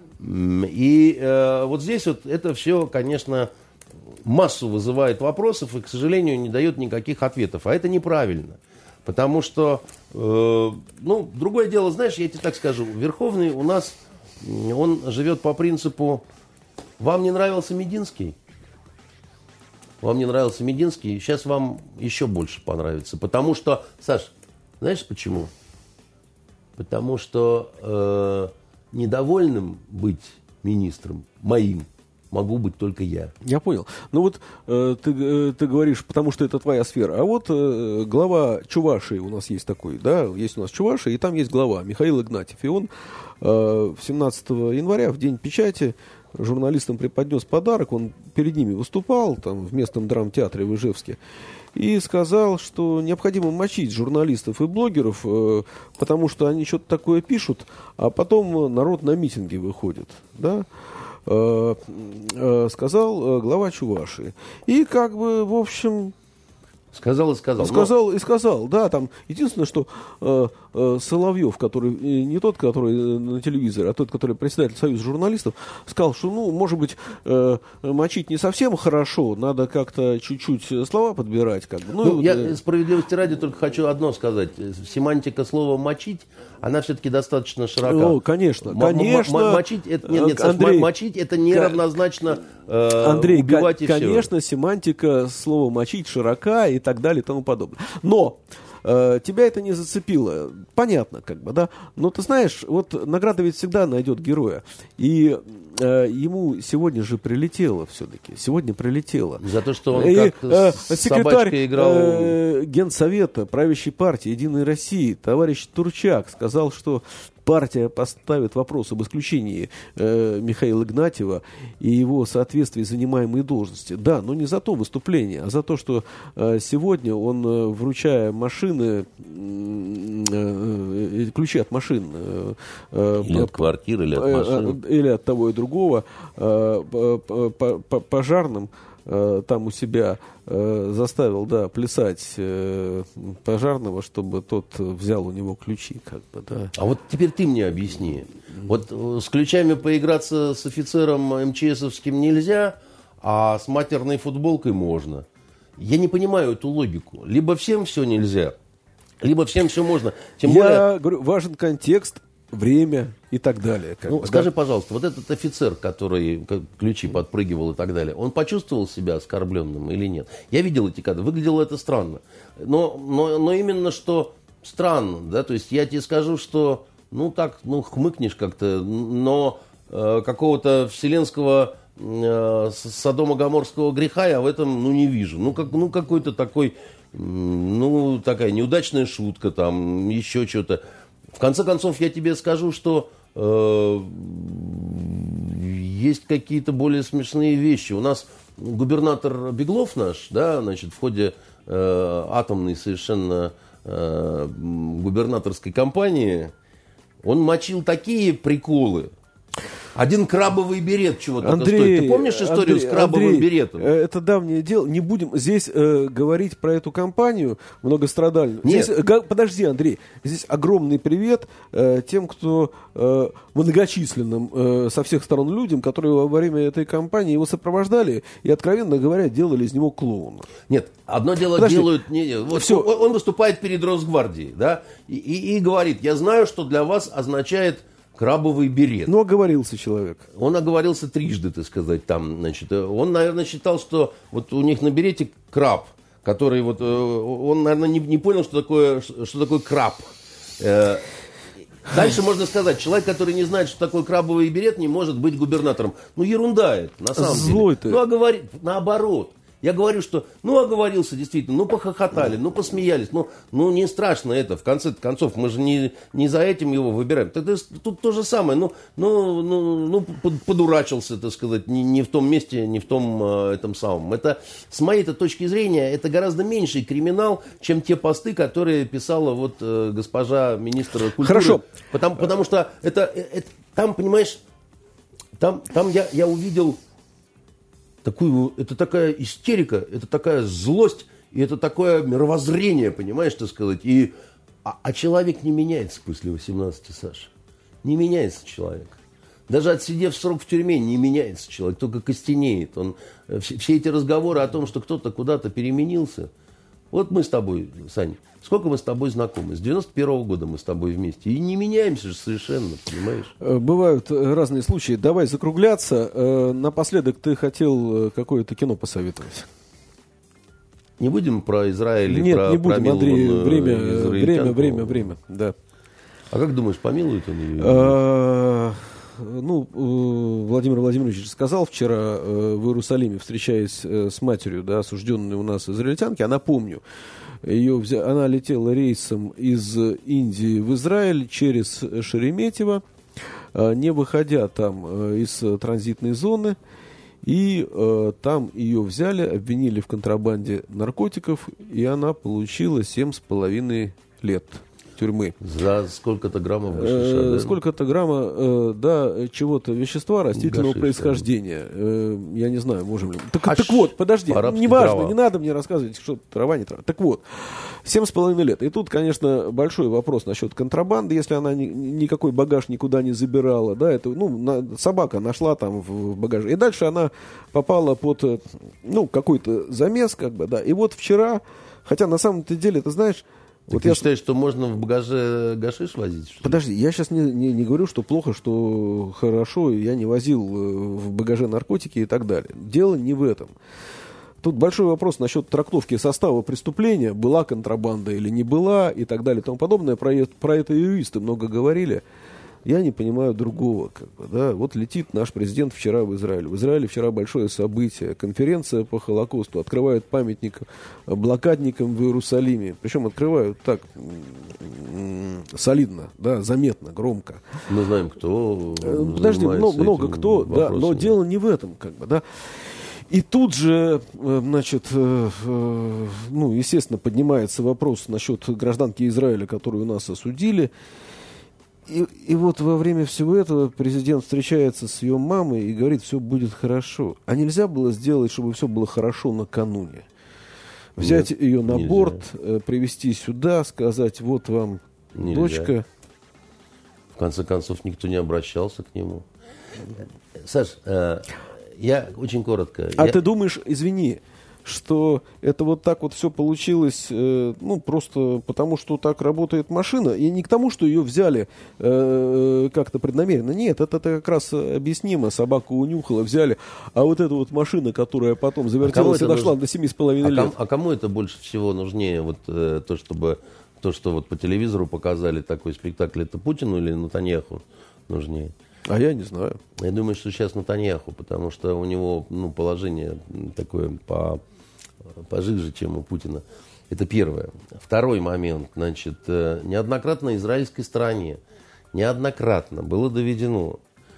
[SPEAKER 3] И вот здесь вот это все, конечно, массу вызывает вопросов и, к сожалению, не дает никаких ответов. А это неправильно. Потому что, другое дело, знаешь, я тебе так скажу, Верховный у нас, он живет по принципу, вам не нравился Мединский? Вам не нравился Мединский, сейчас вам еще больше понравится. Потому что, Саш, знаешь почему? Потому что недовольным быть министром моим могу быть только я.
[SPEAKER 2] Я понял. Ну вот ты говоришь, потому что это твоя сфера. А вот глава Чувашии у нас есть такой, да, есть у нас Чувашия, и там есть глава Михаил Игнатьев. И он 17 января, в день печати, журналистам преподнес подарок. Он перед ними выступал там в местном драмтеатре в Ижевске. И сказал, что необходимо мочить журналистов и блогеров, потому что они что-то такое пишут, а потом народ на митинги выходит, да? Сказал глава Чувашии. И как бы, в общем...
[SPEAKER 3] Сказал и сказал.
[SPEAKER 2] Сказал и сказал, да, там единственное, что Соловьев, который не тот, который на телевизоре, а тот, который председатель Союза журналистов, сказал, что, может быть, мочить не совсем хорошо, надо как-то чуть-чуть слова подбирать. Как бы.
[SPEAKER 3] Я справедливости ради только хочу одно сказать. Семантика слова «мочить», она все-таки достаточно широка.
[SPEAKER 2] Конечно.
[SPEAKER 3] Мочить, Андрей, мочить это не равнозначно
[SPEAKER 2] Андрей,
[SPEAKER 3] убивать и все.
[SPEAKER 2] Конечно, семантика слова «мочить» широка и так далее и тому подобное. Но тебя это не зацепило. Понятно, как бы, да. Но ты знаешь, вот награда ведь всегда найдет героя. И ему сегодня же прилетело все-таки. Сегодня прилетело.
[SPEAKER 3] За то, что он как
[SPEAKER 2] секретарь
[SPEAKER 3] играл...
[SPEAKER 2] Генсовета правящей партии «Единой России» товарищ Турчак сказал, что партия поставит вопрос об исключении Михаила Игнатьева и его соответствии занимаемой должности. Да, но не за то выступление, а за то, что сегодня он, вручая машины, ключи от машин,
[SPEAKER 3] или от квартиры, или от машин,
[SPEAKER 2] или от того и другого, пожарным там у себя заставил, да, плясать пожарного, чтобы тот взял у него ключи, как бы, да.
[SPEAKER 3] А вот теперь ты мне объясни. Вот с ключами поиграться с офицером МЧСовским нельзя, а с матерной футболкой можно. Я не понимаю эту логику. Либо всем все нельзя, либо всем все можно.
[SPEAKER 2] Я говорю, важен контекст, время и так далее.
[SPEAKER 3] Скажи, пожалуйста, вот этот офицер, который ключи подпрыгивал и так далее, он почувствовал себя оскорбленным или нет? Я видел эти кадры, выглядело это странно. Но именно что странно, да, то есть я тебе скажу, что, хмыкнешь как-то, но какого-то вселенского содомо-гоморского греха я в этом, не вижу. Какой-то такой, такая неудачная шутка, там, еще что-то. В конце концов, я тебе скажу, что есть какие-то более смешные вещи. У нас губернатор Беглов наш, да, значит, в ходе атомной совершенно губернаторской кампании, он мочил такие приколы. Один крабовый берет чего-то стоит. Ты помнишь историю с крабовым беретом?
[SPEAKER 2] Это давнее дело. Не будем здесь говорить про эту кампанию многострадальную.
[SPEAKER 3] Нет.
[SPEAKER 2] Здесь, подожди, Андрей. Здесь огромный привет тем, кто многочисленным со всех сторон людям, которые во время этой кампании его сопровождали и, откровенно говоря, делали из него клоуна.
[SPEAKER 3] Нет, одно дело делают... Он выступает перед Росгвардией, да, и говорит, я знаю, что для вас означает... крабовый берет.
[SPEAKER 2] Оговорился человек.
[SPEAKER 3] Он оговорился трижды, так сказать, там, значит. Он, наверное, считал, что вот у них на берете краб, который вот, он, наверное, не понял, что такое краб. Дальше можно сказать, человек, который не знает, что такое крабовый берет, не может быть губернатором. Ерунда это, на самом
[SPEAKER 2] Злой
[SPEAKER 3] деле. Ты. Наоборот. Я говорю, что, оговорился действительно, похохотали, посмеялись, не страшно это, в конце концов, мы же не за этим его выбираем. Тут то же самое, подурачился, так сказать, не в том месте, не в том этом самом. Это, с моей-то точки зрения, это гораздо меньший криминал, чем те посты, которые писала вот госпожа министр культуры.
[SPEAKER 2] Хорошо.
[SPEAKER 3] Потому что это там, понимаешь, там я увидел... это такая истерика, это такая злость, и это такое мировоззрение, понимаешь, так сказать. А человек не меняется после 18, Саша. Не меняется человек. Даже отсидев срок в тюрьме, не меняется человек, только костенеет. Все эти разговоры о том, что кто-то куда-то переменился, Вот мы с тобой, Сань, сколько мы с тобой знакомы? С 91-го года мы с тобой вместе. И не меняемся же совершенно, понимаешь?
[SPEAKER 2] Бывают разные случаи. Давай закругляться. Напоследок ты хотел какое-то кино посоветовать.
[SPEAKER 3] Не будем про Израиль и
[SPEAKER 2] Нет,
[SPEAKER 3] про
[SPEAKER 2] не будем, Андрей. Время. Да.
[SPEAKER 3] А как думаешь, помилует он ее?
[SPEAKER 2] Владимир Владимирович сказал вчера в Иерусалиме, встречаясь с матерью, да, осужденной у нас израильтянки, напомню, она летела рейсом из Индии в Израиль через Шереметьево, не выходя там из транзитной зоны, и там ее взяли, обвинили в контрабанде наркотиков, и она получила 7,5 лет тюрьмы.
[SPEAKER 3] За сколько-то граммов гашиша, да?
[SPEAKER 2] Сколько-то грамма, чего-то вещества растительного происхождения. Я не знаю, можем ли... Так вот, подожди, неважно, не надо мне рассказывать, что трава, не трава. Так вот, 7,5 лет. И тут, конечно, большой вопрос насчет контрабанды, если она никакой багаж никуда не забирала, да, это, собака нашла там в багаже. И дальше она попала под, какой-то замес, как бы, да. И вот вчера, хотя на самом-то деле, ты знаешь...
[SPEAKER 3] Вот ты считаешь, что можно в багаже гашиш возить?
[SPEAKER 2] Подожди, я сейчас не говорю, что плохо, что хорошо, я не возил в багаже наркотики и так далее. Дело не в этом. Тут большой вопрос насчет трактовки состава преступления, была контрабанда или не была и так далее и тому подобное. Про это юристы много говорили. Я не понимаю другого. Да? Вот летит наш президент вчера в Израиль. В Израиле вчера большое событие. Конференция по Холокосту. Открывают памятник блокадникам в Иерусалиме. Причем открывают так солидно, да, заметно, громко.
[SPEAKER 3] Мы знаем, кто.
[SPEAKER 2] Подожди, много кто, да, но дело не в этом. Да. И тут же, естественно, поднимается вопрос насчет гражданки Израиля, которую у нас осудили. И вот во время всего этого президент встречается с ее мамой и говорит, все будет хорошо. А нельзя было сделать, чтобы все было хорошо накануне? Взять ее на борт, привезти сюда, сказать, вот вам дочка.
[SPEAKER 3] В конце концов, никто не обращался к нему. Саш, я очень коротко.
[SPEAKER 2] Ты думаешь, извини, что это вот так вот все получилось, просто потому, что так работает машина, и не к тому, что ее взяли как-то преднамеренно. Нет, это как раз объяснимо. Собаку унюхала, взяли. А вот эта вот машина, которая потом завертелась и дошла до 7,5 лет.
[SPEAKER 3] А кому это больше всего нужнее? Вот то, что вот по телевизору показали такой спектакль, это Путину или Нетаньяху нужнее?
[SPEAKER 2] А я не знаю.
[SPEAKER 3] Я думаю, что сейчас Нетаньяху, потому что у него положение такое пожиже, чем у Путина. Это первое. Второй момент. Неоднократно израильской стороне, было доведено.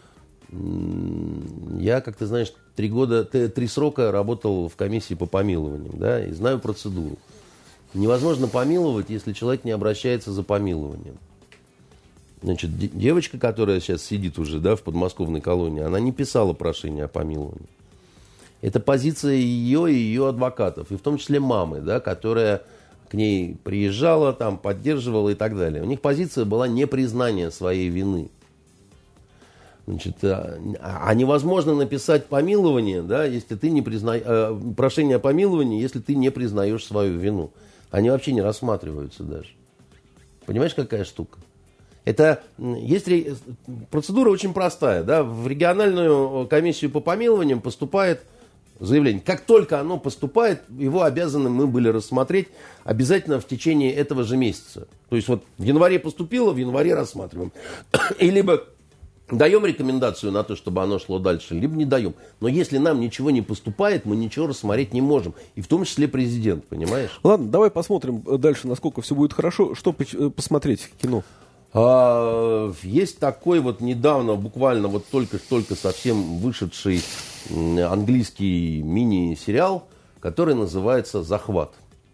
[SPEAKER 3] Я, как ты знаешь, 3 срока работал в комиссии по помилованиям, да, и знаю процедуру. Невозможно помиловать, если человек не обращается за помилованием. Девочка, которая сейчас сидит уже, да, в подмосковной колонии, она не писала прошение о помиловании. Это позиция ее и ее адвокатов, и в том числе мамы, да, которая к ней приезжала, там, поддерживала и так далее. У них позиция была непризнание своей вины. А невозможно написать помилование, да, если ты не прошение о помиловании, если ты не признаешь свою вину. Они вообще не рассматриваются даже. Понимаешь, какая штука? Процедура очень простая, да, в региональную комиссию по помилованиям поступает заявление. Как только оно поступает, его обязаны мы были рассмотреть обязательно в течение этого же месяца. То есть вот в январе поступило, в январе рассматриваем. И либо даем рекомендацию на то, чтобы оно шло дальше, либо не даем. Но если нам ничего не поступает, мы ничего рассмотреть не можем. И в том числе президент, понимаешь?
[SPEAKER 2] Ладно, давай посмотрим дальше, насколько все будет хорошо. Что посмотреть в кино?
[SPEAKER 3] Есть такой вот недавно, буквально вот только совсем вышедший английский мини-сериал, который называется «Захват».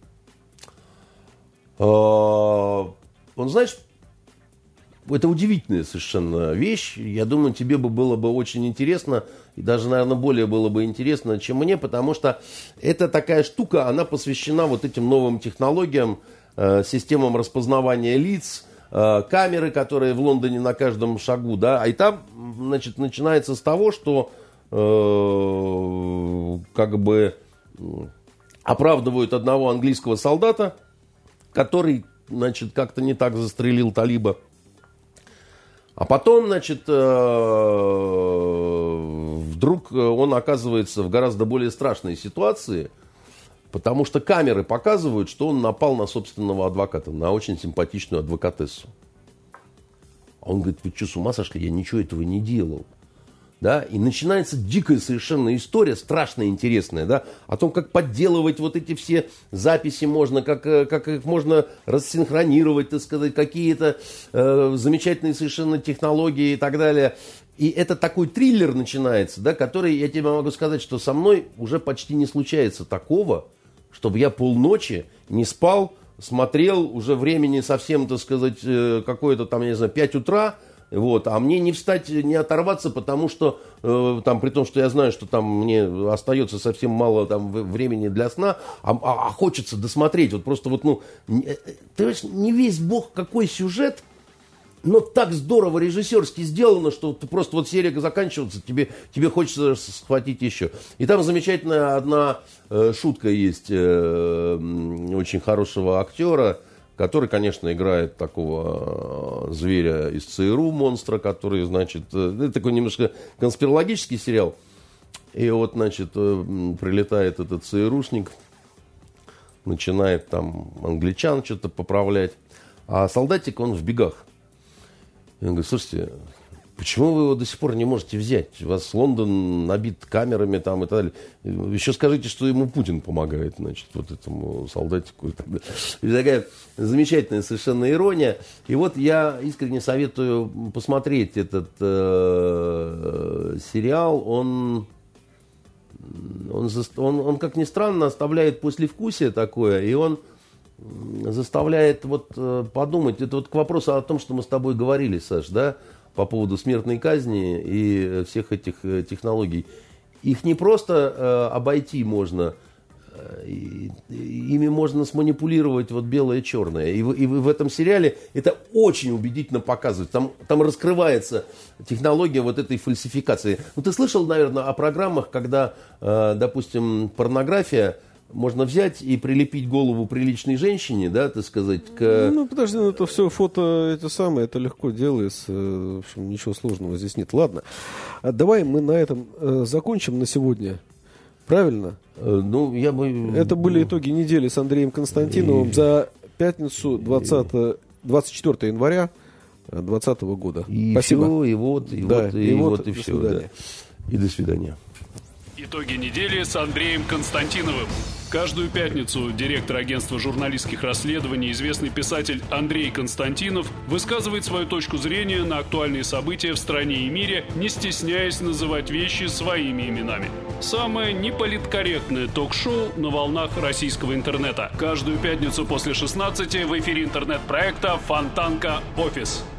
[SPEAKER 3] Он, знаешь, это удивительная совершенно вещь. Я думаю, тебе было бы очень интересно, и даже, наверное, более было бы интересно, чем мне, потому что это такая штука, она посвящена вот этим новым технологиям, системам распознавания лиц, камеры, которые в Лондоне на каждом шагу, да, и там, начинается с того, что оправдывают одного английского солдата, который, значит, как-то не так застрелил талиба. А потом, значит, вдруг он оказывается в гораздо более страшной ситуации, потому что камеры показывают, что он напал на собственного адвоката, на очень симпатичную адвокатессу. А он говорит: вы что, с ума сошли? Я ничего этого не делал. Да? И начинается дикая совершенно история, страшно интересная, да? О том, как подделывать вот эти все записи можно, как их можно рассинхронировать, так сказать, какие-то замечательные совершенно технологии и так далее. И это такой триллер начинается, да, который, я тебе могу сказать, что со мной уже почти не случается такого, чтобы я полночи не спал, смотрел, уже времени совсем, так сказать, какое-то там, я не знаю, 5 утра, вот, а мне не встать, не оторваться, потому что, там, при том, что я знаю, что там мне остается совсем мало там времени для сна, а хочется досмотреть, вот просто вот, ну, ты понимаешь, не весь бог какой сюжет, но так здорово режиссерски сделано, что ты просто вот серия заканчивается, тебе хочется схватить еще. И там замечательная одна шутка есть очень хорошего актера, который, конечно, играет такого зверя из ЦРУ, монстра, который, значит, это такой немножко конспирологический сериал. И вот, значит, прилетает этот ЦРУшник, начинает там англичан что-то поправлять, а солдатик, он в бегах. И он говорит: слушайте, почему вы его до сих пор не можете взять? У вас Лондон набит камерами там и так далее. Еще скажите, что ему Путин помогает, значит, вот этому солдатику и так далее. И такая замечательная совершенно ирония. И вот я искренне советую посмотреть этот сериал. Он, как ни странно, оставляет послевкусие такое, и он заставляет вот подумать. Это вот к вопросу о том, что мы с тобой говорили, Саш, да, по поводу смертной казни и всех этих технологий. Их не просто обойти можно, ими можно сманипулировать вот белое и черное. И в этом сериале это очень убедительно показывает. Там раскрывается технология вот этой фальсификации. Ну, ты слышал, наверное, о программах, когда, допустим, порнография можно взять и прилепить голову приличной женщине, да, так сказать, к...
[SPEAKER 2] Ну, подожди, ну, это все фото, это самое, это легко делается, в общем, ничего сложного здесь нет. Ладно, давай мы на этом закончим на сегодня, правильно?
[SPEAKER 3] Ну, я бы...
[SPEAKER 2] Это были итоги недели с Андреем Константиновым за пятницу 24 января 2020 года.
[SPEAKER 3] И
[SPEAKER 2] спасибо.
[SPEAKER 3] Все, и вот, и все. Да. И до свидания.
[SPEAKER 1] Итоги недели с Андреем Константиновым. Каждую пятницу директор агентства журналистских расследований, известный писатель Андрей Константинов, высказывает свою точку зрения на актуальные события в стране и мире, не стесняясь называть вещи своими именами. Самое неполиткорректное ток-шоу на волнах российского интернета. Каждую пятницу после 16 в эфире интернет-проекта «Фонтанка. Офис».